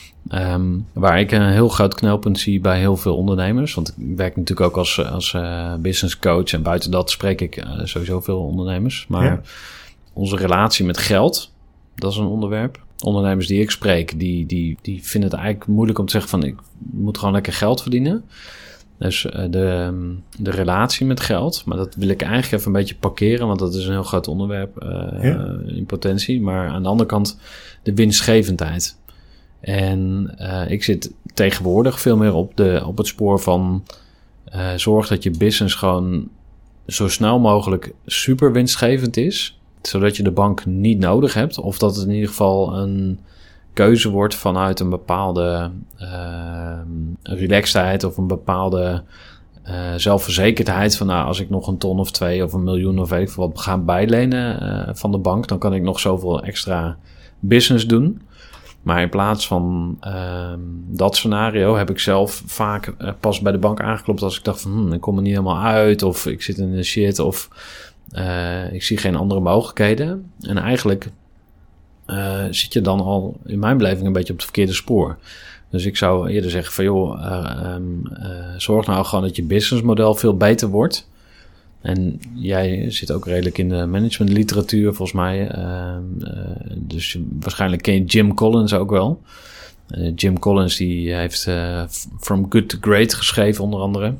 waar ik een heel groot knelpunt zie bij heel veel ondernemers, want ik werk natuurlijk ook als business coach en buiten dat spreek ik sowieso veel ondernemers. Maar onze relatie met geld, dat is een onderwerp. Ondernemers die ik spreek, die vinden het eigenlijk moeilijk om te zeggen van ik moet gewoon lekker geld verdienen. Dus de relatie met geld, maar dat wil ik eigenlijk even een beetje parkeren, want dat is een heel groot onderwerp in potentie. Maar aan de andere kant de winstgevendheid. En ik zit tegenwoordig veel meer op het spoor van zorg dat je business gewoon zo snel mogelijk super winstgevend is, zodat je de bank niet nodig hebt. Of dat het in ieder geval een keuze wordt vanuit een bepaalde relaxedheid of een bepaalde zelfverzekerdheid. Van nou, als ik nog 1 ton of 2 of 1 miljoen of weet ik veel wat ga bijlenen van de bank, dan kan ik nog zoveel extra business doen. Maar in plaats van dat scenario heb ik zelf vaak pas bij de bank aangeklopt als ik dacht van ik kom er niet helemaal uit of ik zit in de shit of ik zie geen andere mogelijkheden. En eigenlijk zit je dan al in mijn beleving een beetje op het verkeerde spoor. Dus ik zou eerder zeggen van zorg nou gewoon dat je businessmodel veel beter wordt. En jij zit ook redelijk in de managementliteratuur volgens mij. Dus waarschijnlijk ken je Jim Collins ook wel. Jim Collins die heeft From Good to Great geschreven onder andere.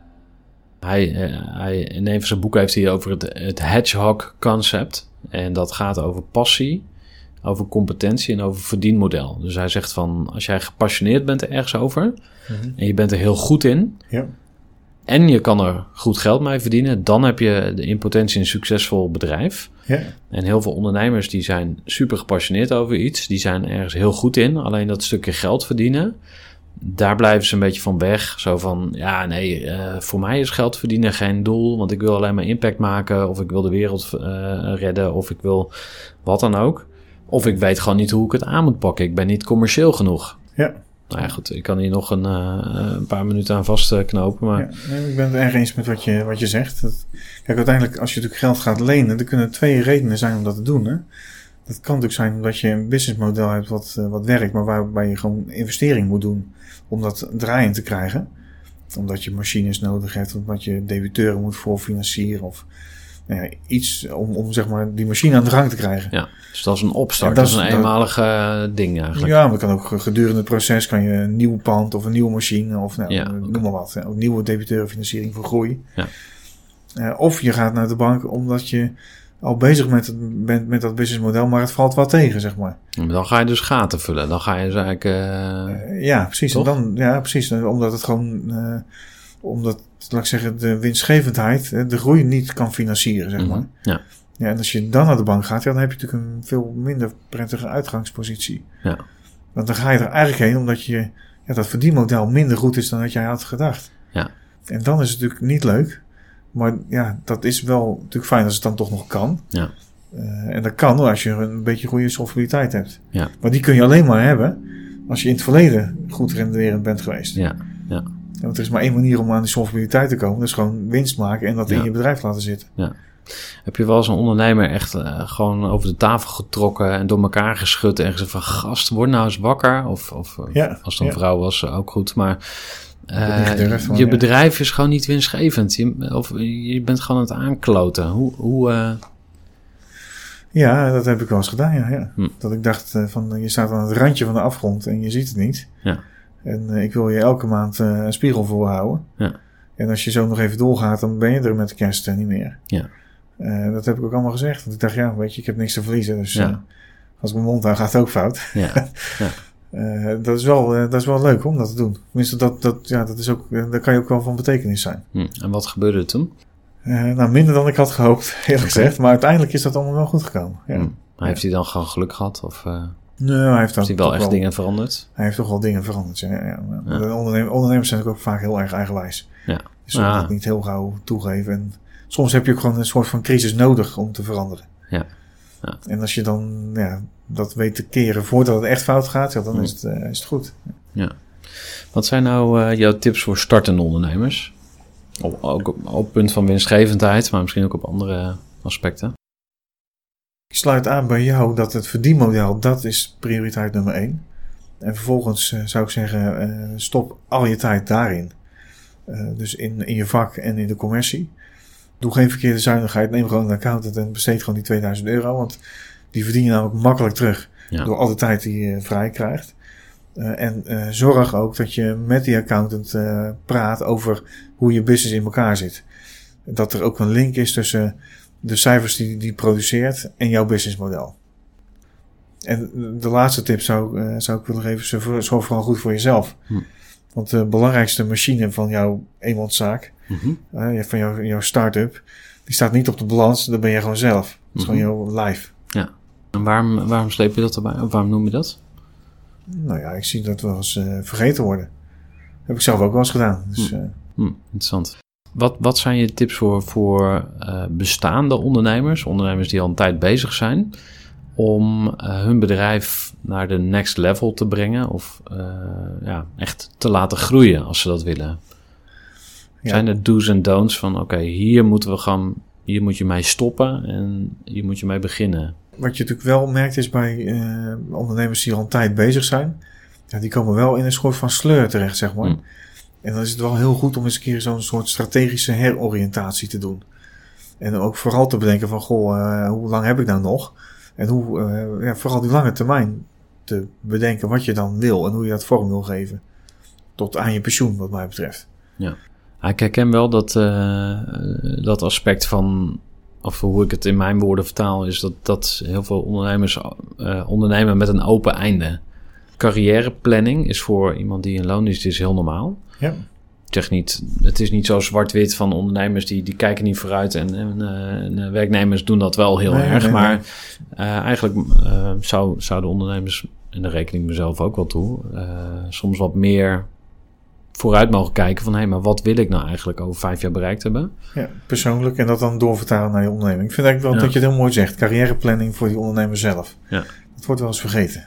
Hij in een van zijn boeken heeft hij over het hedgehog concept. En dat gaat over passie, over competentie en over verdienmodel. Dus hij zegt van als jij gepassioneerd bent er ergens over en je bent er heel goed in... Ja. En je kan er goed geld mee verdienen. Dan heb je in potentie een succesvol bedrijf. Ja. En heel veel ondernemers die zijn super gepassioneerd over iets. Die zijn ergens heel goed in. Alleen dat stukje geld verdienen. Daar blijven ze een beetje van weg. Zo van, voor mij is geld verdienen geen doel. Want ik wil alleen maar impact maken. Of ik wil de wereld redden. Of ik wil wat dan ook. Of ik weet gewoon niet hoe ik het aan moet pakken. Ik ben niet commercieel genoeg. Ja. Nou ja, goed, ik kan hier nog een paar minuten aan vastknopen. Maar... Ja, ik ben het erg eens met wat je zegt. Kijk, uiteindelijk, als je natuurlijk geld gaat lenen, er kunnen 2 redenen zijn om dat te doen. Hè? Dat kan natuurlijk zijn omdat je een businessmodel hebt wat werkt, maar waarbij je gewoon investering moet doen om dat draaiend te krijgen. Omdat je machines nodig hebt, omdat je debiteuren moet voorfinancieren of iets om zeg maar die machine aan de gang te krijgen. Ja, dus dat is een opstart, dat is een eenmalige ding eigenlijk. Ja, maar dat kan ook gedurende het proces kan je een nieuw pand of een nieuwe machine of noem maar wat. Ook nieuwe debiteurenfinanciering voor groei. Ja. Of je gaat naar de bank omdat je al bezig bent met dat businessmodel, maar het valt wat tegen, zeg maar. Dan ga je dus gaten vullen. Dan ga je dus eigenlijk... ja, precies. En precies. Omdat het gewoon... omdat, laat ik zeggen, de winstgevendheid de groei niet kan financieren, zeg maar. Ja. Ja, en als je dan naar de bank gaat, dan heb je natuurlijk een veel minder prettige uitgangspositie. Ja. Want dan ga je er eigenlijk heen omdat dat verdienmodel minder goed is dan dat jij had gedacht. Ja. En dan is het natuurlijk niet leuk. Maar ja, dat is wel natuurlijk fijn als het dan toch nog kan. Ja. En dat kan als je een beetje goede solvabiliteit hebt. Ja. Maar die kun je alleen maar hebben als je in het verleden goed renderend bent geweest. Ja. Ja. Want er is maar 1 manier om aan die solvabiliteit te komen. Dat is gewoon winst maken en dat in je bedrijf laten zitten. Ja. Heb je wel eens een ondernemer echt gewoon over de tafel getrokken en door elkaar geschud en gezegd van gast, word nou eens wakker? Of als het een vrouw was, ook goed. Maar je bedrijf is gewoon niet winstgevend. Je bent gewoon aan het aankloten. Hoe Ja, dat heb ik wel eens gedaan, ja. Dat ik dacht van je staat aan het randje van de afgrond en je ziet het niet. Ja. En ik wil je elke maand een spiegel voorhouden. Ja. En als je zo nog even doorgaat, dan ben je er met de kerst niet meer. Ja. Dat heb ik ook allemaal gezegd. Want ik dacht, weet je, ik heb niks te verliezen. Dus als ik mijn mond hou, gaat het ook fout. Ja. Ja. Dat is wel leuk om dat te doen. Tenminste, dat is ook, daar kan je ook wel van betekenis zijn. En wat gebeurde er toen? Minder dan ik had gehoopt, eerlijk gezegd. Maar uiteindelijk is dat allemaal wel goed gekomen. Ja. Maar heeft hij dan gewoon geluk gehad? Of nee, hij heeft wel echt dingen veranderd? Hij heeft toch wel dingen veranderd, ja. De ondernemers zijn ook vaak heel erg eigenwijs. Ja. Dus ze dat niet heel gauw toegeven. En soms heb je ook gewoon een soort van crisis nodig om te veranderen. Ja. Ja. En als je dan dat weet te keren voordat het echt fout gaat, dan is het goed. Ja. Wat zijn nou jouw tips voor startende ondernemers? Ook op het punt van winstgevendheid, maar misschien ook op andere aspecten. Ik sluit aan bij jou dat het verdienmodel, dat is prioriteit nummer 1. En vervolgens zou ik zeggen, stop al je tijd daarin. Dus in je vak en in de commercie. Doe geen verkeerde zuinigheid. Neem gewoon een accountant en besteed gewoon die €2000. Want die verdien je namelijk makkelijk terug. Ja. Door al de tijd die je vrij krijgt. En zorg ook dat je met die accountant praat over hoe je business in elkaar zit. Dat er ook een link is tussen de cijfers die produceert en jouw businessmodel. En de laatste tip zou ik willen geven. Zorg vooral goed voor jezelf. Want de belangrijkste machine van jouw eenmanszaak, van jouw start-up, die staat niet op de balans, dat ben je gewoon zelf. Dat is gewoon jouw life. Ja. En waarom sleep je dat erbij? Of waarom noem je dat? Nou ja, ik zie dat wel eens vergeten worden. Dat heb ik zelf ook wel eens gedaan. Dus, interessant. Wat zijn je tips voor bestaande ondernemers die al een tijd bezig zijn, om hun bedrijf naar de next level te brengen of echt te laten groeien als ze dat willen? Ja. Zijn er do's en don'ts van oké, hier moet je mee stoppen en hier moet je mee beginnen? Wat je natuurlijk wel merkt is bij ondernemers die al een tijd bezig zijn, die komen wel in een soort van sleur terecht, zeg maar. En dan is het wel heel goed om eens een keer zo'n soort strategische heroriëntatie te doen. En ook vooral te bedenken van, hoe lang heb ik nou nog? En vooral die lange termijn te bedenken wat je dan wil en hoe je dat vorm wil geven. Tot aan je pensioen, wat mij betreft. Ja, ik herken wel dat aspect van, of hoe ik het in mijn woorden vertaal, is dat heel veel ondernemers ondernemen met een open einde. Carrièreplanning is voor iemand die in loondienst is heel normaal. Ja. Ik zeg niet, het is niet zo zwart-wit van ondernemers die kijken niet vooruit en werknemers doen dat wel heel erg. Nee. Maar eigenlijk zouden ondernemers, en daar reken ik mezelf ook wel toe, soms wat meer vooruit mogen kijken van maar wat wil ik nou eigenlijk over 5 jaar bereikt hebben? Ja, persoonlijk en dat dan doorvertalen naar je onderneming. Ik vind eigenlijk wel dat je het heel mooi zegt. Carrièreplanning voor die ondernemer zelf. Ja. Dat wordt wel eens vergeten.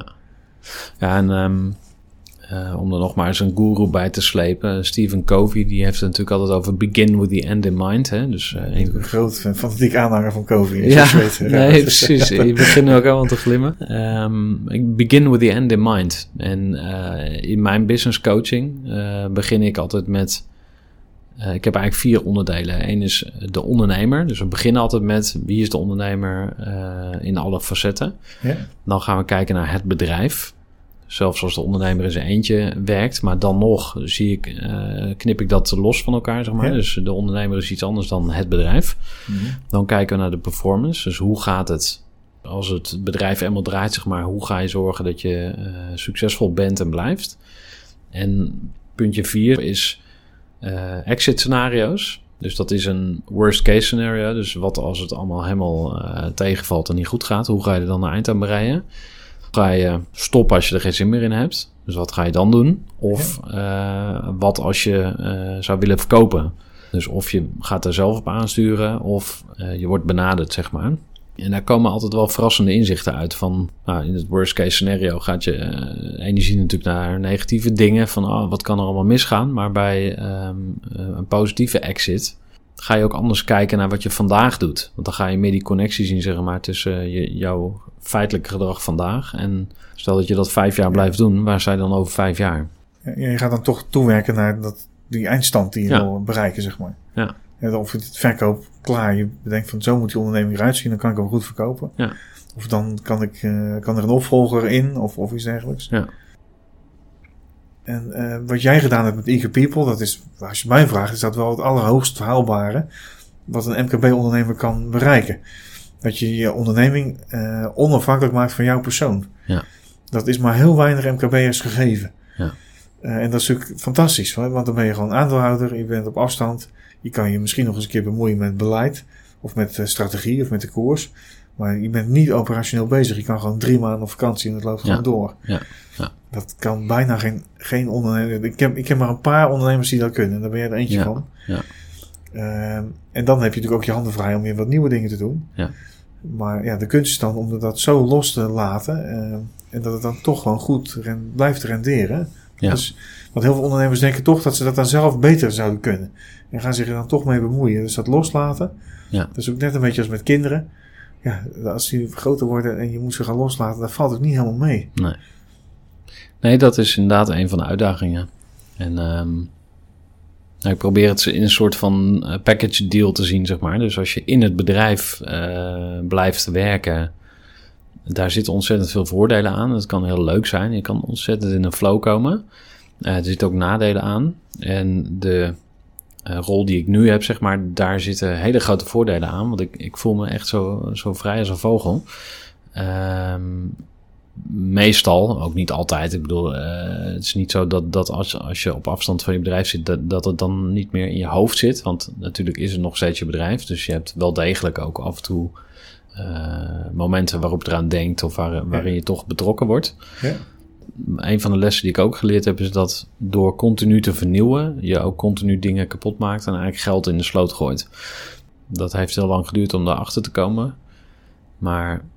Ja, en om er nog maar eens een guru bij te slepen. Stephen Covey, die heeft het natuurlijk altijd over begin with the end in mind. Hè? Dus, een groot fanatiek aanhanger van Covey. Precies. Je begint ook helemaal te glimmen. Ik begin with the end in mind. En in mijn business coaching begin ik altijd met, ik heb eigenlijk 4 onderdelen. Eén is de ondernemer. Dus we beginnen altijd met wie is de ondernemer in alle facetten. Ja. Dan gaan we kijken naar het bedrijf. Zelfs als de ondernemer in zijn eentje werkt. Maar dan nog knip ik dat los van elkaar, zeg maar. Ja. Dus de ondernemer is iets anders dan het bedrijf. Mm-hmm. Dan kijken we naar de performance. Dus hoe gaat het als het bedrijf eenmaal draait, zeg maar. Hoe ga je zorgen dat je succesvol bent en blijft? En puntje 4 is exit scenario's. Dus dat is een worst case scenario. Dus wat als het allemaal helemaal tegenvalt en niet goed gaat? Hoe ga je er dan naar eind aan bereiden? Ga je stoppen als je er geen zin meer in hebt? Dus wat ga je dan doen? Of wat als je zou willen verkopen? Dus of je gaat er zelf op aansturen of je wordt benaderd, zeg maar. En daar komen altijd wel verrassende inzichten uit van, in het worst case scenario gaat je energie natuurlijk naar negatieve dingen van, wat kan er allemaal misgaan? Maar bij een positieve exit ga je ook anders kijken naar wat je vandaag doet. Want dan ga je meer die connectie zien, zeg maar, tussen jouw feitelijk gedrag vandaag. En stel dat je dat 5 jaar blijft doen, waar sta je dan over 5 jaar? Ja, je gaat dan toch toewerken naar die eindstand die je wil bereiken, zeg maar. Ja. En of je het verkoop klaar, je bedenkt van zo moet die onderneming eruit zien, dan kan ik hem goed verkopen. Ja. Of dan kan er een opvolger in of iets dergelijks. Ja. En wat jij gedaan hebt met Eager People, dat is, als je mij vraagt, is dat wel het allerhoogst haalbare wat een MKB-ondernemer kan bereiken. Dat je je onderneming onafhankelijk maakt van jouw persoon. Ja. Dat is maar heel weinig MKB'ers gegeven. Ja. En dat is natuurlijk fantastisch, want dan ben je gewoon aandeelhouder, je bent op afstand. Je kan je misschien nog eens een keer bemoeien met beleid of met strategie of met de koers. Maar je bent niet operationeel bezig. Je kan gewoon 3 maanden op vakantie en het loopt gewoon door. Ja. Ja. Dat kan bijna geen ondernemer. Ik ken maar een paar ondernemers die dat kunnen. En daar ben jij er eentje van. Ja. En dan heb je natuurlijk ook je handen vrij om weer wat nieuwe dingen te doen. Ja. Maar de kunst is dan om dat zo los te laten. En dat het dan toch gewoon goed blijft renderen. Ja. Dus, want heel veel ondernemers denken toch dat ze dat dan zelf beter zouden kunnen. En gaan zich er dan toch mee bemoeien. Dus dat loslaten. Ja. Dat is ook net een beetje als met kinderen. Ja, als die groter worden en je moet ze gaan loslaten, dan valt het niet helemaal mee. Nee, dat is inderdaad een van de uitdagingen. En ik probeer het in een soort van package deal te zien, zeg maar. Dus als je in het bedrijf blijft werken, daar zitten ontzettend veel voordelen aan. Dat kan heel leuk zijn. Je kan ontzettend in een flow komen. Er zitten ook nadelen aan. En de rol die ik nu heb, zeg maar, daar zitten hele grote voordelen aan. Want ik voel me echt zo vrij als een vogel. Meestal, ook niet altijd. Ik bedoel, het is niet zo dat als je op afstand van je bedrijf zit, dat het dan niet meer in je hoofd zit. Want natuurlijk is het nog steeds je bedrijf. Dus je hebt wel degelijk ook af en toe momenten waarop je eraan denkt of waarin je toch betrokken wordt. Ja. Een van de lessen die ik ook geleerd heb, is dat door continu te vernieuwen, je ook continu dingen kapot maakt en eigenlijk geld in de sloot gooit. Dat heeft heel lang geduurd om daarachter te komen. Maar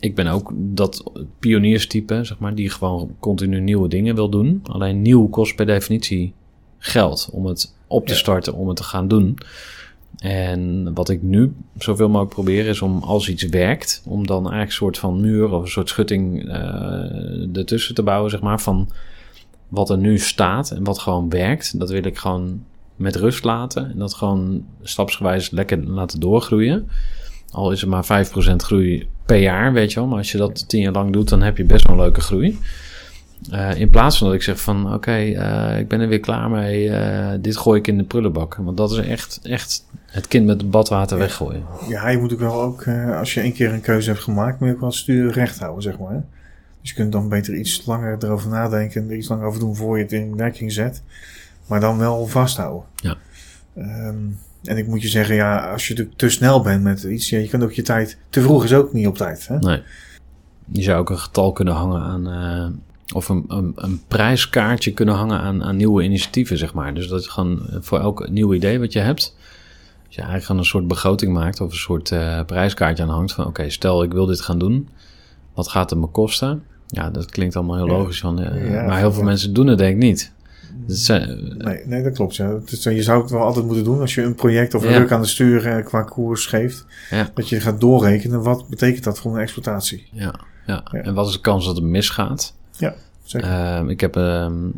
ik ben ook dat pionierstype, zeg maar, die gewoon continu nieuwe dingen wil doen. Alleen nieuw kost per definitie geld om het op te starten, om het te gaan doen. En wat ik nu zoveel mogelijk probeer is om, als iets werkt, om dan eigenlijk een soort van muur of een soort schutting ertussen te bouwen, zeg maar, van wat er nu staat en wat gewoon werkt. Dat wil ik gewoon met rust laten en dat gewoon stapsgewijs lekker laten doorgroeien. Al is het maar 5% groei per jaar, weet je wel. Maar als je dat 10 jaar lang doet, dan heb je best wel een leuke groei. In plaats van dat ik zeg van, oké, ik ben er weer klaar mee. Dit gooi ik in de prullenbak. Want dat is echt het kind met het badwater weggooien. Ja, je moet ook wel als je 1 keer een keuze hebt gemaakt, moet je ook wel het stuur recht houden, zeg maar. Hè? Dus je kunt dan beter iets langer erover nadenken en er iets langer over doen voor je het in werking zet. Maar dan wel vasthouden. Ja. En ik moet je zeggen, ja, als je te snel bent met iets, je kunt ook je tijd, te vroeg is ook niet op tijd. Hè? Nee. Je zou ook een getal kunnen hangen aan, of een prijskaartje kunnen hangen aan nieuwe initiatieven, zeg maar. Dus dat je gewoon voor elk nieuw idee wat je hebt, als je eigenlijk gewoon een soort begroting maakt of een soort prijskaartje aan hangt van, oké, stel ik wil dit gaan doen, wat gaat het me kosten? Ja, dat klinkt allemaal heel logisch, maar heel veel mensen doen het denk ik niet. Nee, dat klopt. Ja. Dus je zou het wel altijd moeten doen als je een project of een ruk aan de stuur qua koers geeft. Ja. Dat je gaat doorrekenen, wat betekent dat voor een exploitatie? Ja. En wat is de kans dat het misgaat? Ja, zeker. Ik heb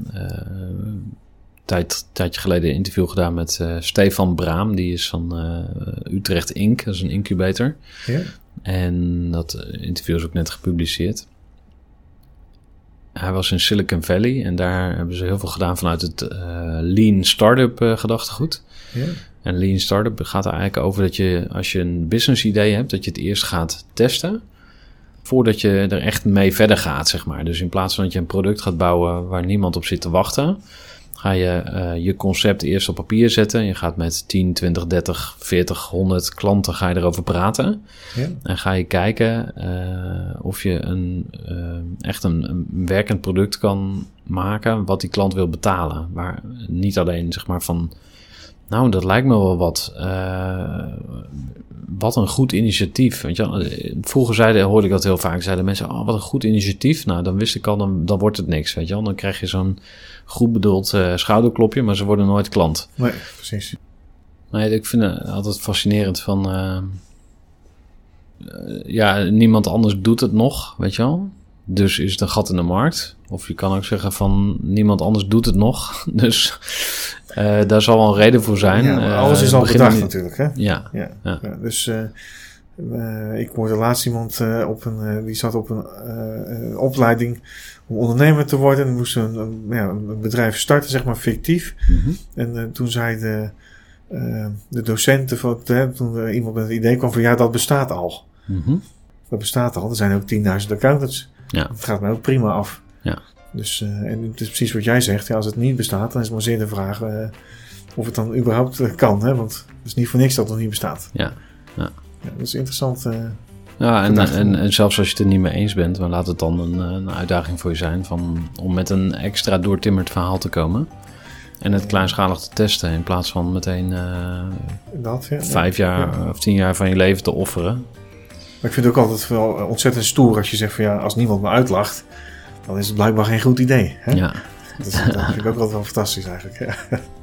tijdje geleden een interview gedaan met Stefan Braam. Die is van Utrecht Inc. Dat is een incubator. Ja. En dat interview is ook net gepubliceerd. Hij was in Silicon Valley en daar hebben ze heel veel gedaan vanuit het Lean Startup gedachtegoed. Ja. En Lean Startup gaat er eigenlijk over dat je, als je een business idee hebt, dat je het eerst gaat testen voordat je er echt mee verder gaat, zeg maar. Dus in plaats van dat je een product gaat bouwen waar niemand op zit te wachten, ga je je concept eerst op papier zetten. Je gaat met 10, 20, 30, 40, 100 klanten ga je erover praten. Ja. En ga je kijken of je echt een werkend product kan maken wat die klant wil betalen. Maar niet alleen zeg maar van, nou, dat lijkt me wel wat een goed initiatief. Weet je? Vroeger hoorde ik dat heel vaak. Zeiden mensen, wat een goed initiatief. Nou, dan wist ik al, dan wordt het niks. Weet je wel? Dan krijg je zo'n goed bedoeld schouderklopje, maar ze worden nooit klant. Nee, precies. Nee, ik vind het altijd fascinerend van, niemand anders doet het nog, weet je wel. Dus is het een gat in de markt. Of je kan ook zeggen van, niemand anders doet het nog. Dus daar zal wel een reden voor zijn. Ja, alles is al bedacht natuurlijk, hè? Ja. Dus ik hoorde laatst iemand die zat op een opleiding om ondernemer te worden. En moest een bedrijf starten, zeg maar fictief. Mm-hmm. En toen zei de docenten, toen iemand met het idee kwam van, ja, dat bestaat al. Mm-hmm. Dat bestaat al. Er zijn ook 10.000 accountants. Ja. Dat gaat mij ook prima af. Ja. Dus, en het is precies wat jij zegt. Ja, als het niet bestaat, dan is het maar zeer de vraag of het dan überhaupt kan. Hè? Want het is niet voor niks dat het nog niet bestaat. Ja, dat is interessant. En zelfs als je het er niet mee eens bent, dan laat het dan een uitdaging voor je zijn om met een extra doortimmerd verhaal te komen. En het kleinschalig te testen in plaats van meteen 5 jaar of 10 jaar van je leven te offeren. Maar ik vind het ook altijd wel ontzettend stoer als je zegt van, ja, als niemand me uitlacht, dan is het blijkbaar geen goed idee. Hè? Ja. Dat vind ik ook altijd wel fantastisch eigenlijk.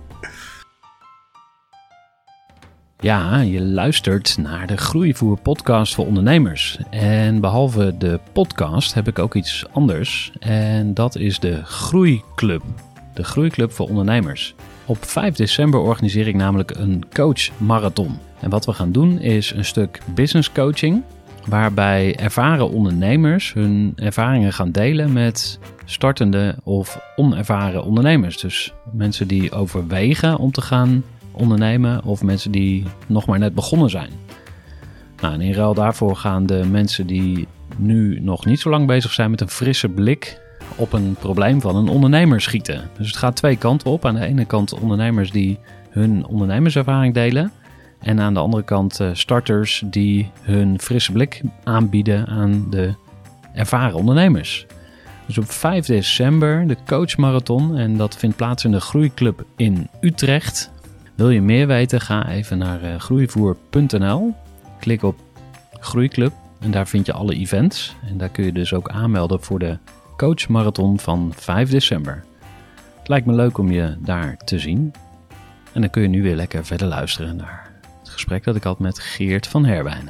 Ja, je luistert naar de Groeivoer podcast voor ondernemers. En behalve de podcast heb ik ook iets anders. En dat is de Groeiclub. De Groeiclub voor ondernemers. Op 5 december organiseer ik namelijk een coachmarathon. En wat we gaan doen is een stuk business coaching, waarbij ervaren ondernemers hun ervaringen gaan delen met startende of onervaren ondernemers. Dus mensen die overwegen om te gaan ondernemen of mensen die nog maar net begonnen zijn. Nou, en in ruil daarvoor gaan de mensen die nu nog niet zo lang bezig zijn met een frisse blik op een probleem van een ondernemer schieten. Dus het gaat 2 kanten op. Aan de ene kant ondernemers die hun ondernemerservaring delen. En aan de andere kant starters die hun frisse blik aanbieden aan de ervaren ondernemers. Dus op 5 december de coachmarathon. En dat vindt plaats in de Groeiclub in Utrecht. Wil je meer weten? Ga even naar groeivoer.nl. Klik op Groeiclub. En daar vind je alle events. En daar kun je dus ook aanmelden voor de coachmarathon van 5 december. Het lijkt me leuk om je daar te zien. En dan kun je nu weer lekker verder luisteren naar het gesprek dat ik had met Geert van Herwijnen.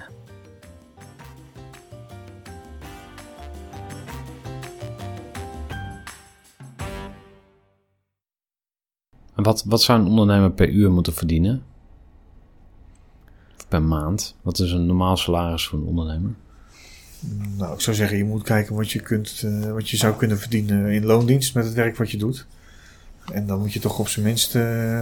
Wat zou een ondernemer per uur moeten verdienen? Of per maand? Wat is een normaal salaris voor een ondernemer? Nou, ik zou zeggen, je moet kijken wat je zou kunnen verdienen in loondienst met het werk wat je doet. En dan moet je toch op zijn minst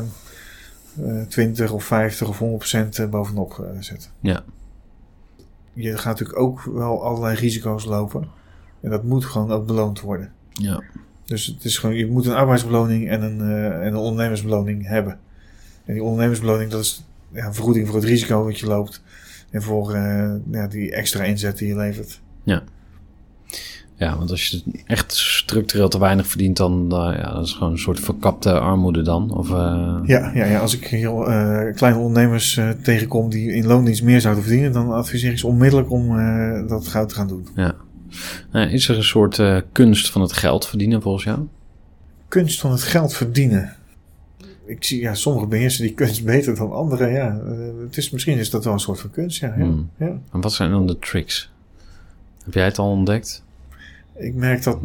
20 of 50 of 100% bovenop zetten. Ja. Je gaat natuurlijk ook wel allerlei risico's lopen. En dat moet gewoon ook beloond worden. Ja. Dus het is gewoon, je moet een arbeidsbeloning en een ondernemersbeloning hebben. En die ondernemersbeloning, dat is een vergoeding voor het risico wat je loopt. En voor die extra inzet die je levert. Ja. Ja, want als je echt structureel te weinig verdient, dan dat is gewoon een soort verkapte armoede dan. Of, Ja, als ik heel kleine ondernemers tegenkom die in loondienst meer zouden verdienen, dan adviseer ik ze onmiddellijk om dat goud te gaan doen. Ja. Is er een soort kunst van het geld verdienen volgens jou? Kunst van het geld verdienen. Ik zie, sommigen beheersen die kunst beter dan anderen. Ja. Misschien is dat wel een soort van kunst, ja. Ja. En wat zijn dan de tricks? Heb jij het al ontdekt? Ik merk dat,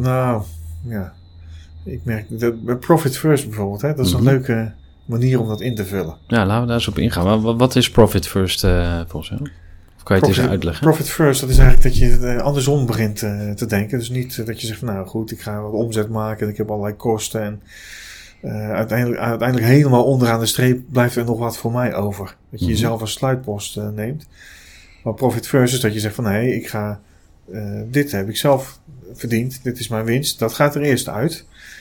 bij Profit First bijvoorbeeld, dat is een leuke manier om dat in te vullen. Ja, laten we daar eens op ingaan. Wat is Profit First volgens jou? Of kan je het eens uitleggen? Profit First, dat is eigenlijk dat je andersom begint te denken. Dus niet dat je zegt van, nou goed, ik ga wat omzet maken en ik heb allerlei kosten en uiteindelijk helemaal onderaan de streep blijft er nog wat voor mij over. Dat je jezelf als sluitpost neemt. Maar Profit First is dat je zegt van, nee, ik ga dit heb ik zelf verdiend, dit is mijn winst, dat gaat er eerst uit.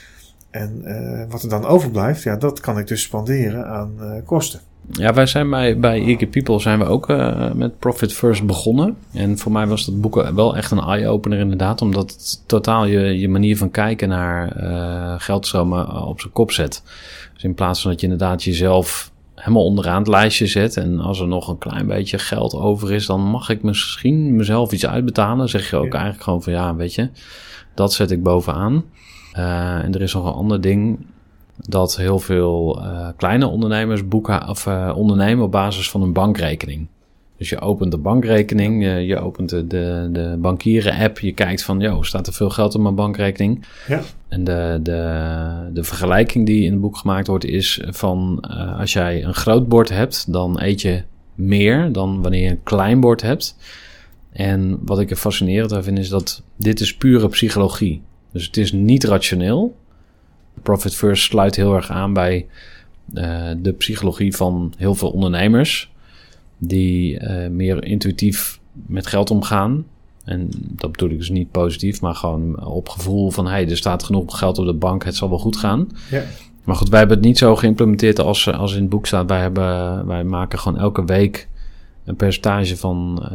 En wat er dan overblijft, dat kan ik dus spanderen aan kosten. Ja, wij zijn bij Eager People zijn we ook met Profit First begonnen. En voor mij was dat boek wel echt een eye-opener inderdaad, omdat het totaal je manier van kijken naar geldstromen op zijn kop zet. Dus in plaats van dat je inderdaad jezelf helemaal onderaan het lijstje zet en als er nog een klein beetje geld over is, dan mag ik misschien mezelf iets uitbetalen. Zeg je ook eigenlijk gewoon van weet je, dat zet ik bovenaan. En er is nog een ander ding dat heel veel kleine ondernemers ondernemen op basis van een bankrekening. Dus je opent de bankrekening, je opent de bankieren-app, je kijkt van, staat er veel geld op mijn bankrekening? Ja. En de vergelijking die in het boek gemaakt wordt is van, als jij een groot bord hebt, dan eet je meer dan wanneer je een klein bord hebt. En wat ik er fascinerend aan vind is dat dit is pure psychologie. Dus het is niet rationeel. Profit First sluit heel erg aan bij de psychologie van heel veel ondernemers die meer intuïtief met geld omgaan. En dat bedoel ik dus niet positief, maar gewoon op gevoel van, er staat genoeg geld op de bank, het zal wel goed gaan. Ja. Maar goed, wij hebben het niet zo geïmplementeerd als in het boek staat. Wij maken gewoon elke week een percentage van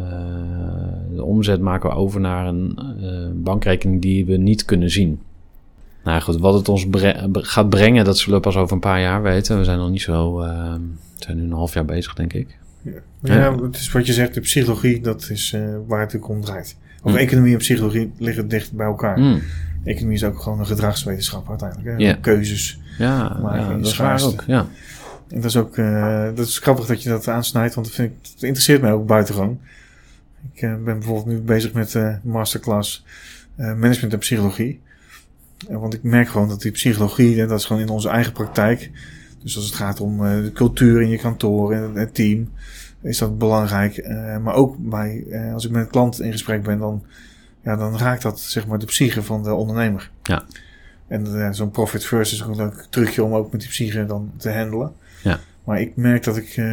de omzet maken we over naar een bankrekening die we niet kunnen zien. Nou goed, wat het ons gaat brengen, dat zullen we pas over een paar jaar weten. We zijn nog niet zo, we zijn nu een half jaar bezig, denk ik. Ja, het is wat je zegt, de psychologie, dat is waar het natuurlijk om draait. Of economie en psychologie liggen dicht bij elkaar. Economie is ook gewoon een gedragswetenschap uiteindelijk. Hè? Keuzes maken. Dat is waar ook, ja. En dat is ook, dat is grappig dat je dat aansnijdt, want dat interesseert mij ook buitengewoon. Ik ben bijvoorbeeld nu bezig met masterclass management en psychologie. Want ik merk gewoon dat die psychologie, dat is gewoon in onze eigen praktijk. Dus als het gaat om de cultuur in je kantoor en het team, is dat belangrijk. Maar ook als ik met een klant in gesprek ben, dan raakt dat zeg maar de psyche van de ondernemer. Ja. En zo'n Profit First is ook een leuk trucje om ook met die psyche dan te handelen. Ja. Maar ik merk dat ik,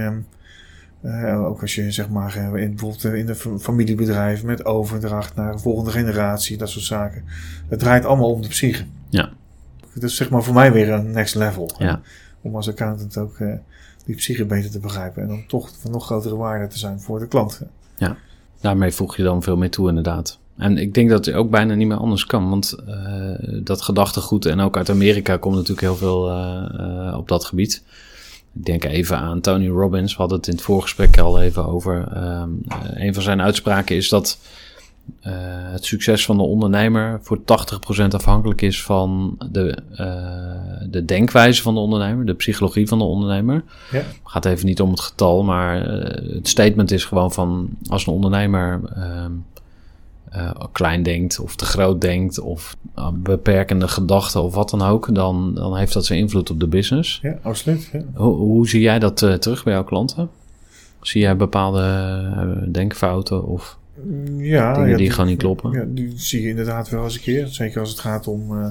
ook als je zeg maar bijvoorbeeld in de familiebedrijf met overdracht naar de volgende generatie, dat soort zaken. Het draait allemaal om de psyche. Ja. Dat is zeg maar voor mij weer een next level. Ja. Om als accountant ook die psyche beter te begrijpen. En dan toch van nog grotere waarde te zijn voor de klant. Ja, daarmee voeg je dan veel meer toe inderdaad. En ik denk dat het ook bijna niet meer anders kan. Want dat gedachtegoed en ook uit Amerika komt natuurlijk heel veel op dat gebied. Ik denk even aan Tony Robbins. We hadden het in het voorgesprek al even over. Een van zijn uitspraken is dat het succes van de ondernemer voor 80% afhankelijk is van de denkwijze van de ondernemer, de psychologie van de ondernemer. Ja. Het gaat even niet om het getal, maar het statement is gewoon van als een ondernemer klein denkt of te groot denkt of beperkende gedachten of wat dan ook, dan heeft dat zijn invloed op de business. Ja, absoluut. Ja. Hoe zie jij dat terug bij jouw klanten? Zie jij bepaalde denkfouten of dingen die gewoon niet kloppen? Ja, die zie je inderdaad wel eens een keer. Zeker als het gaat om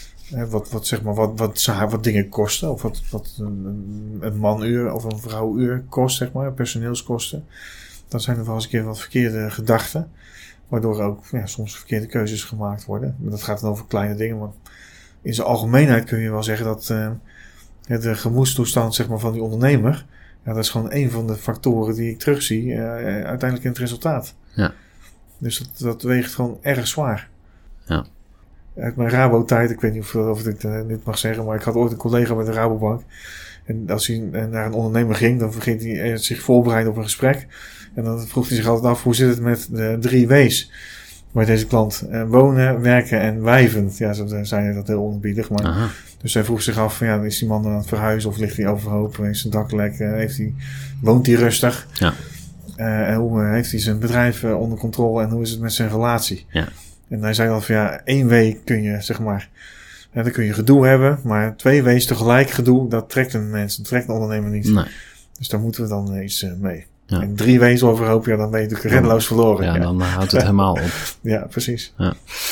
wat dingen kosten. Of wat een manuur of een vrouwuur kost, zeg maar, personeelskosten. Dan zijn er wel eens een keer wat verkeerde gedachten. Waardoor ook soms verkeerde keuzes gemaakt worden. Maar dat gaat dan over kleine dingen. Maar in zijn algemeenheid kun je wel zeggen dat de gemoedstoestand, zeg maar, van die ondernemer, dat is gewoon een van de factoren die ik terugzie uiteindelijk in het resultaat. Ja. Dus dat weegt gewoon erg zwaar. Ja. Uit mijn Rabo-tijd, ik weet niet of ik het niet mag zeggen, maar ik had ooit een collega bij de Rabobank. En als hij naar een ondernemer ging, dan ging hij zich voorbereiden op een gesprek. En dan vroeg hij zich altijd af, hoe zit het met de 3 W's bij deze klant? Wonen, werken en wijven. Ja, zo zei hij dat heel onerbiedig. Maar aha. Dus hij vroeg zich af, is die man dan aan het verhuizen of ligt hij overhoop? Is zijn dak lek? Woont hij rustig? Ja. En hoe heeft hij zijn bedrijf onder controle en hoe is het met zijn relatie? Ja. En hij zei dan van 1 week kun je, zeg maar, dan kun je gedoe hebben, maar 2 weken tegelijk gedoe, dat trekt een mens, dat trekt een ondernemer niet. Nee. Dus daar moeten we dan iets mee. Ja. En 3 weken overhoop, dan ben je natuurlijk reddeloos verloren. Ja, dan houdt het helemaal op. Ja, precies. Ja.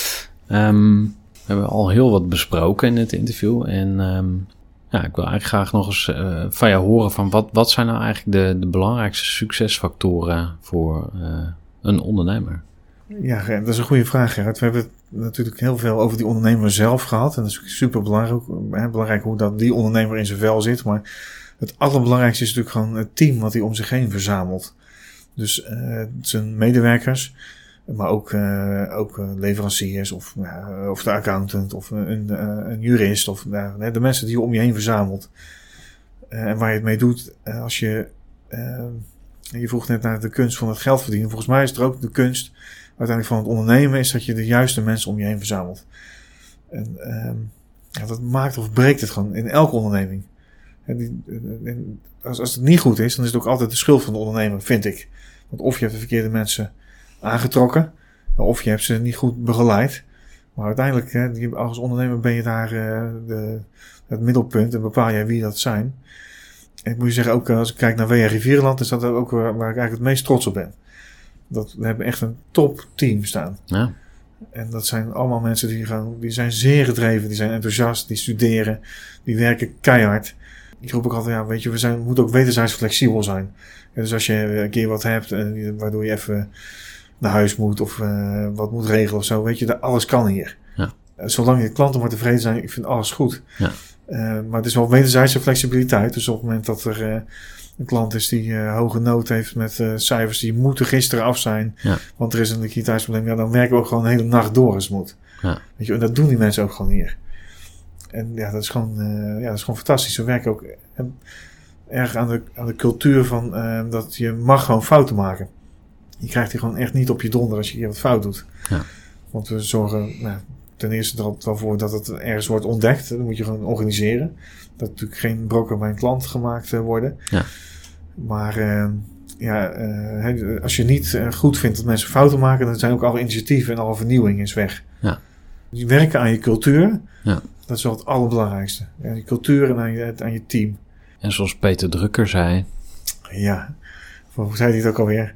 We hebben al heel wat besproken in dit interview en ik wil eigenlijk graag nog eens van jou horen van wat zijn nou eigenlijk de belangrijkste succesfactoren voor een ondernemer? Ja, dat is een goede vraag, Gerard. We hebben het natuurlijk heel veel over die ondernemer zelf gehad. En dat is super belangrijk hoe die ondernemer in zijn vel zit. Maar het allerbelangrijkste is natuurlijk gewoon het team wat hij om zich heen verzamelt. Dus zijn medewerkers, maar ook leveranciers of de accountant of een jurist of de mensen die je om je heen verzamelt. En waar je het mee doet als je vroeg net naar de kunst van het geld verdienen. Volgens mij is het er ook de kunst uiteindelijk van het ondernemen is dat je de juiste mensen om je heen verzamelt. En dat maakt of breekt het gewoon in elke onderneming. Als het niet goed is, dan is het ook altijd de schuld van de ondernemer, vind ik. Want of je hebt de verkeerde mensen aangetrokken, of je hebt ze niet goed begeleid. Maar uiteindelijk, als ondernemer ben je daar het middelpunt en bepaal jij wie dat zijn. En ik moet je zeggen, ook als ik kijk naar WR Rivierenland, is dat ook waar ik eigenlijk het meest trots op ben. We hebben echt een topteam staan. Ja. En dat zijn allemaal mensen die zijn zeer gedreven, die zijn enthousiast, die studeren, die werken keihard. Ik roep ook altijd, we moeten ook wederzijds flexibel zijn. En dus als je een keer wat hebt, waardoor je even naar huis moet of wat moet regelen of zo, alles kan hier. Ja. Zolang je klanten maar tevreden zijn, ik vind alles goed. Ja. Maar het is wel wederzijdse flexibiliteit. Dus op het moment dat er een klant is die hoge nood heeft met cijfers die moeten gisteren af zijn, want er is een liquiditeitsprobleem, dan werken we ook gewoon de hele nacht door als het moet. Ja. En dat doen die mensen ook gewoon hier. En dat is gewoon fantastisch. We werken ook erg aan de cultuur van dat je mag gewoon fouten maken. Je krijgt hier gewoon echt niet op je donder als je hier wat fout doet. Ja. Want we zorgen ten eerste er wel voor dat het ergens wordt ontdekt. Dat moet je gewoon organiseren. Dat natuurlijk geen brokken bij een klant gemaakt worden. Ja. Maar als je niet goed vindt dat mensen fouten maken, dan zijn ook alle initiatieven en alle vernieuwing is weg. Ja. Je werken aan je cultuur, dat is wel het allerbelangrijkste. Aan je cultuur en aan je team. En zoals Peter Drucker zei. Ja, hoe zei hij het ook alweer?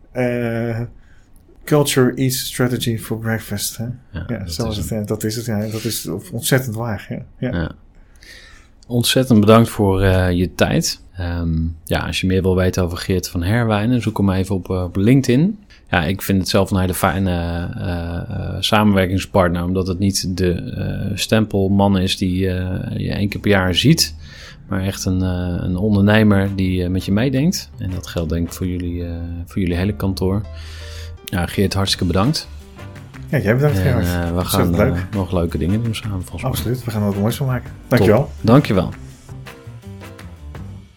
Culture eats strategy for breakfast. Hè? Dat is het. Ja, dat is ontzettend waar. Ja. Ontzettend bedankt voor je tijd. Als je meer wil weten over Geert van Herwijnen, zoek hem even op LinkedIn. Ja, ik vind het zelf een hele fijne samenwerkingspartner, omdat het niet de stempelman is die je 1 keer per jaar ziet, maar echt een ondernemer die met je meedenkt. En dat geldt denk ik voor jullie hele kantoor. Ja, Geert, hartstikke bedankt. Ja, jij bedankt. En we gaan nog leuke dingen doen samen volgens mij. Absoluut, we gaan er wat moois van maken. Dankjewel. Dankjewel.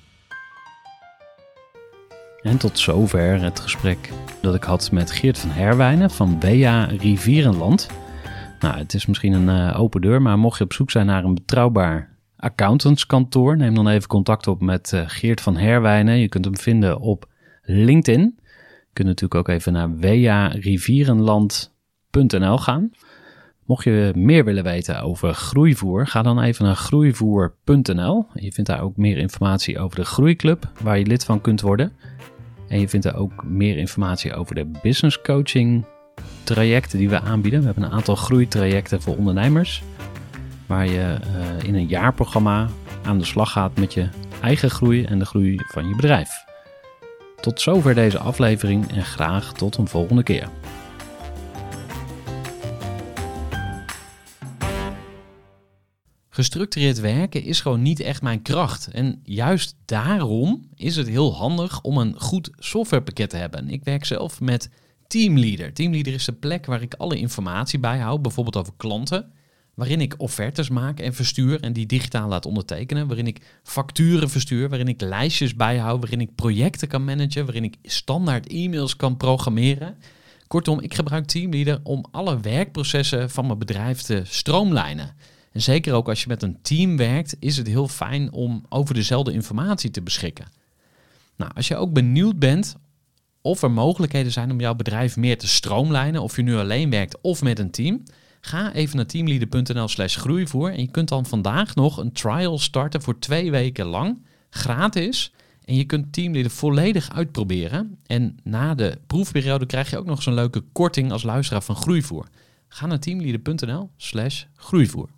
En tot zover het gesprek dat ik had met Geert van Herwijnen van WA Rivierenland. Nou, het is misschien een open deur, maar mocht je op zoek zijn naar een betrouwbaar accountantskantoor, neem dan even contact op met Geert van Herwijnen. Je kunt hem vinden op LinkedIn. Je kunt natuurlijk ook even naar warivierenland.nl gaan. Mocht je meer willen weten over groeivoer, ga dan even naar groeivoer.nl. Je vindt daar ook meer informatie over de Groeiclub, waar je lid van kunt worden. En je vindt daar ook meer informatie over de business coaching trajecten die we aanbieden. We hebben een aantal groeitrajecten voor ondernemers, waar je in een jaarprogramma aan de slag gaat met je eigen groei en de groei van je bedrijf. Tot zover deze aflevering en graag tot een volgende keer. Gestructureerd werken is gewoon niet echt mijn kracht. En juist daarom is het heel handig om een goed softwarepakket te hebben. Ik werk zelf met Teamleader. Teamleader is de plek waar ik alle informatie bijhoud, bijvoorbeeld over klanten, waarin ik offertes maak en verstuur en die digitaal laat ondertekenen, waarin ik facturen verstuur, waarin ik lijstjes bijhoud, waarin ik projecten kan managen, waarin ik standaard e-mails kan programmeren. Kortom, ik gebruik Teamleader om alle werkprocessen van mijn bedrijf te stroomlijnen. En zeker ook als je met een team werkt, is het heel fijn om over dezelfde informatie te beschikken. Nou, als je ook benieuwd bent of er mogelijkheden zijn om jouw bedrijf meer te stroomlijnen, of je nu alleen werkt of met een team, ga even naar teamleader.nl/groeivoer en je kunt dan vandaag nog een trial starten voor 2 weken lang, gratis. En je kunt Teamleader volledig uitproberen. En na de proefperiode krijg je ook nog eens een leuke korting als luisteraar van Groeivoer. Ga naar teamleader.nl/groeivoer.